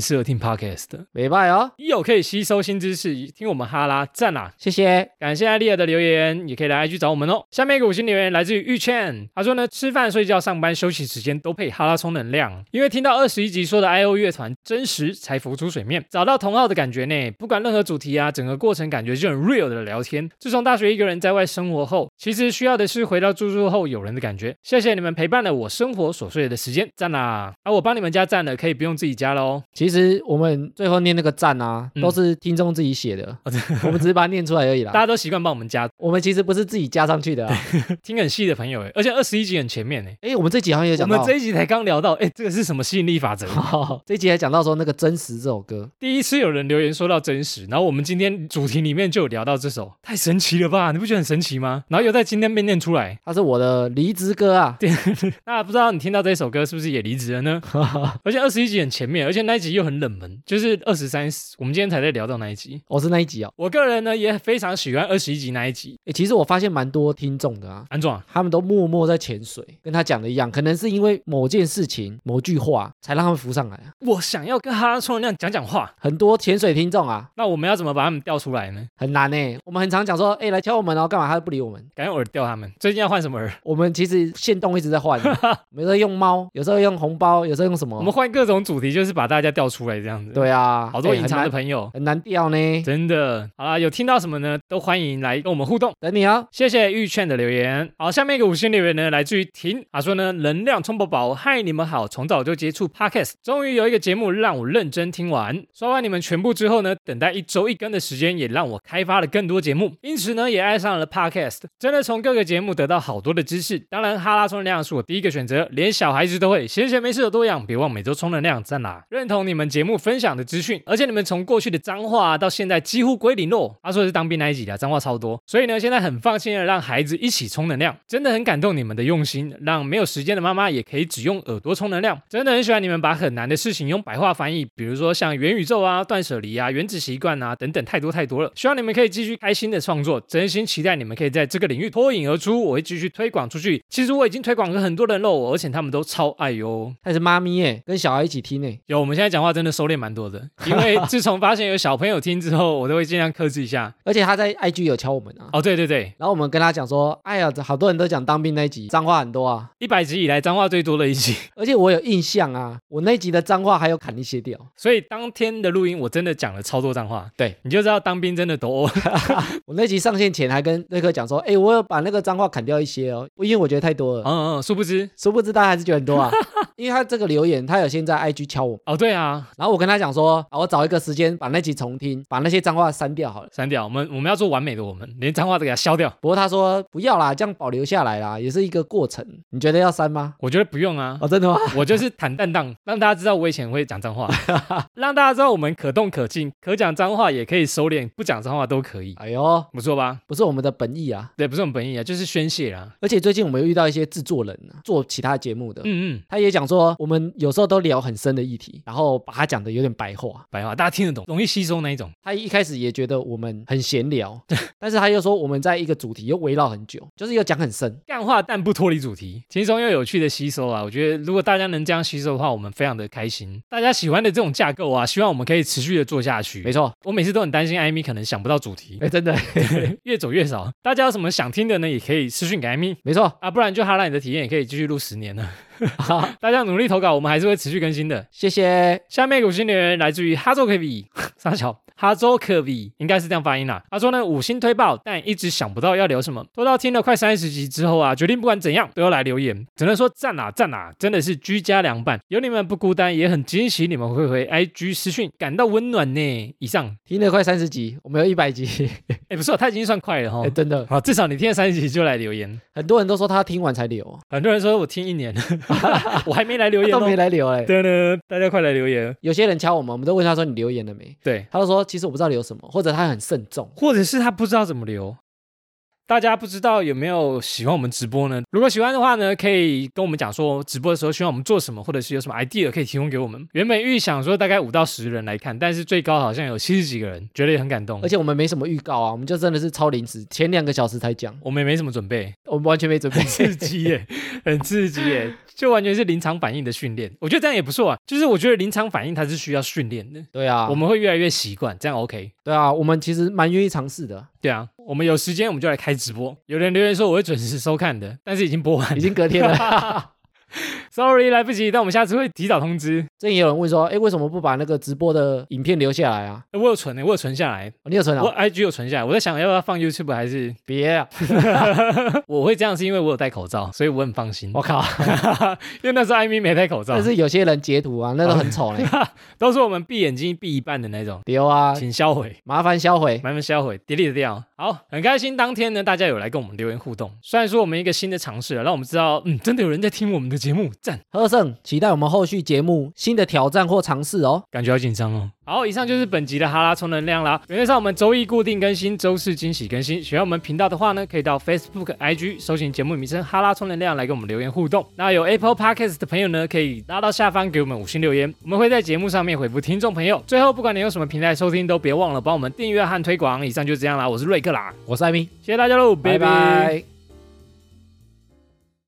适合听 podcast 的， 没拜哦， 有可以吸收新知识，听我们哈拉赞啦， 谢谢， 感谢艾丽尔的留言，也可以来 IG 找我们哦。下面一个5星留言来自于玉倩，他说呢，吃饭、睡觉、上班、休息时间都配哈拉充能量，因为听到21集说的 IO 乐团真实才浮出水面，找到同好的感觉呢。不管任何主题啊，整个过程感觉就很 real 的聊天。自从大学一个人在外生活后，其实需要的是回到住宿后有人的感觉。谢谢你们陪伴了我生活琐碎的时间，赞啦！我帮你们加赞了，可以不用自己加喽。 其实我们最后念那个赞啊，都是听众自己写的，我们只是把它念出来而已啦。 大家都习惯帮我们加， 我们其实不是自己加上去的啊。 听很细的朋友而且21集很前面我们这集好像也讲到， 我们这一集才刚聊到，这个是什么吸引力法则？ 这一集还讲到说那个真实这首歌， 第一次有人留言说到真实，然后我们今天主题里面就有聊到这首，太神奇了吧？你不觉得很神奇吗？然后又在今天被念出来， 它是我的离职歌啊。 对，那不知道你听到这首歌是不是也离职了呢？而且21集很前面，而且那一集又很冷门，就是23，我们今天才在聊到那一集。 是那一集哦。 我个人呢也非常喜欢21集那一集。 其实我发现蛮多听众的啊， 安总， 他们都默默在潜水，跟他讲的一样，可能是因为某件事情、某句话才让他们浮上来啊。 我想要跟哈拉充能量讲话， 很多潜水听众啊， 那我们要怎么把他们调出来呢？ 很难呢。我们很常讲说，来敲我们哦，干嘛他不理我们？ 赶紧耳调他们。最近要换什么耳？ 我们其实限动一直在换，有时候用猫，有时候用红包，有时候用什么？ 我们换各种主题，就是把大家调出来这样子。 对啊， 好多隐藏的朋友， 很难调呢， 真的。好啦，有听到什么呢？都欢迎来跟我们互动， 等你哦。 谢谢玉券的留言。好，下面一个5星留言呢，来自于婷，他说呢，能量充饱饱，嗨你们好，从早就接触 Podcast， 终于有一个节目让我认真听完。刷完你们全部之后呢，等待1周1更的时间，也让我开发了更多节目，因此呢，也爱上了 Podcast， 真的从各个节目得到好多的知识。当然，哈拉充能量是我第一个选择，连小孩子都会，闲闲没事有多养，别忘每周充能量，赞啦！认同你们节目分享的资讯，而且你们从过去的脏话到现在几乎归零咯。他说的是当兵那一集的脏话超多，所以呢，现在很放心的让孩子一起充能量，真的很感动你们的用心，让没有时间的妈妈也可以只用耳朵充能量。真的很喜欢你们把很难的事情用白话翻译，比如说像元宇宙啊、断舍离啊、原子习惯啊等等，太多太多了。希望你们可以继续开心的创作，真心期待你们可以在这个领域脱颖而出，我会继续推广出去。其实我已经推广给很多人喽，而且他们都超爱哟。 还是妈咪耶，跟小孩一起听耶。 有，我们现在讲话真的收敛蛮多的，因为自从发现有小朋友听之后，我都会尽量克制一下。 而且他在 IG 有敲我们啊。 对对对。 然后我们跟他讲说，哎呀，好多人都讲当兵那一集脏话很多啊 ，100集以来脏话最多的一集。 而且我有印象啊，我那集的脏话还有砍一些掉。 所以当天的录音我真的讲了超多脏话。 对， 你就知道当兵真的多。 我那集上线前还跟瑞克讲说，我有把那个脏话砍掉一些哦，因为我觉得太多了。殊不知大家还是觉得很多啊。因为他这个留言，他有先在 IG 敲我。 对啊。 然后我跟他讲说，我找一个时间把那集重听，把那些脏话删掉好了。 删掉，我们要做完美的，我们连脏话都给它消掉。 不过他说不要啦，这样保留下来啦，也是一个过程。你觉得要删吗？ 我觉得不用啊。 真的吗？ 我就是坦荡荡，让大家知道我以前会讲脏话，让大家知道我们可动可静，可讲脏话也可以收敛，不讲脏话都可以。 哎呦， 不错吧？ 不是我们的本意啊。 对，不是我们本意啊，就是宣泄啦。 而且最近我们又遇到一些制作人啊，做其他节目的，他也讲说，我们有时候都聊很深的议题，然后把它讲的有点白话， 大家听得懂，容易吸收那一种。 他一开始也觉得我们很闲聊，但是他又说我们在一个主题又围绕很久，就是又讲很深， 干话但不脱离主题，轻松又有趣的吸收啊。我觉得如果大家能这样吸收的话，我们非常的开心。大家喜欢的这种架构啊，希望我们可以持续的做下去。 没错， 我每次都很担心艾米可能想不到主题， 真的越走越少。大家有什么想听的呢，也可以私讯给艾米。 没错啊，不然就哈拉你的体验也可以继续录10年了。大家努力投稿，我们还是会持续更新的。 谢谢。 下面一个5星留言来自于哈周 KV 傻小哈周科 V 应该是这样发音啦。他说呢，5星推爆，但一直想不到要聊什么，拖到听了快30集之后啊，决定不管怎样都要来留言，只能说赞啊赞啊，真的是居家凉拌，有你们不孤单，也很惊喜你们会回 IG 私讯，感到温暖呢。以上听了快30集，我们有100集， 不错，他已经算快了哈， 真的。 好，至少你听了30集就来留言， 很多人都说他听完才留， 很多人说我听1年了，我还没来留言都没来留对呢，大家快来留言。 有些人敲我们都问他说你留言了没？ 对， 他就说其实我不知道留什么，或者他很慎重， 或者是他不知道怎么留。 大家不知道有没有喜欢我们直播呢？如果喜欢的话呢，可以跟我们讲说直播的时候希望我们做什么，或者是有什么 idea 可以提供给我们。原本预想说大概5到10人来看，但是最高好像有70几个人，觉得也很感动。 而且我们没什么预告啊，我们就真的是超临时，前2个小时才讲， 我们也没什么准备， 我们完全没准备， 很刺激耶，很刺激耶。就完全是临场反应的训练，我觉得这样也不错啊。就是我觉得临场反应它是需要训练的。 对啊， 我们会越来越习惯，这样 OK。 对啊，我们其实蛮愿意尝试的。 对啊，我们有时间我们就来开直播。有人留言说我会准时收看的，但是已经播完了， 已经隔天了。 Sorry， 来不及，但我们下次会提早通知。 最近有人问说，为什么不把那个直播的影片留下来啊？ 我有存下来。 你有存啊？ 我 IG 有存下来。我在想要不要放 YouTube 还是别啊？ 我会这样是因为我有戴口罩，所以我很放心。 我靠， 因为那时候艾米没戴口罩。 但是有些人截图啊，那都很丑嘞， 都是我们闭眼睛闭一半的那种。 丢啊， 请销毁， 麻烦销毁 delete 掉。好，很开心当天呢，大家有来跟我们留言互动。虽然说我们一个新的尝试了，让我们知道，真的有人在听我们的节目，赞。 喝胜，期待我们后续节目新的挑战或尝试哦。 感觉好紧张哦。好，以上就是本集的哈拉充能量啦。原则上我们周一固定更新，周四惊喜更新。喜欢我们频道的话呢，可以到 Facebook、IG 搜寻节目名称哈拉充能量来跟我们留言互动。那有 Apple Podcast 的朋友呢，可以拉到下方给我们5星留言，我们会在节目上面回复听众朋友。最后，不管你用什么平台收听，都别忘了帮我们订阅和推广。以上就这样啦，我是瑞克啦， 我是艾米， 谢谢大家喽， 拜拜。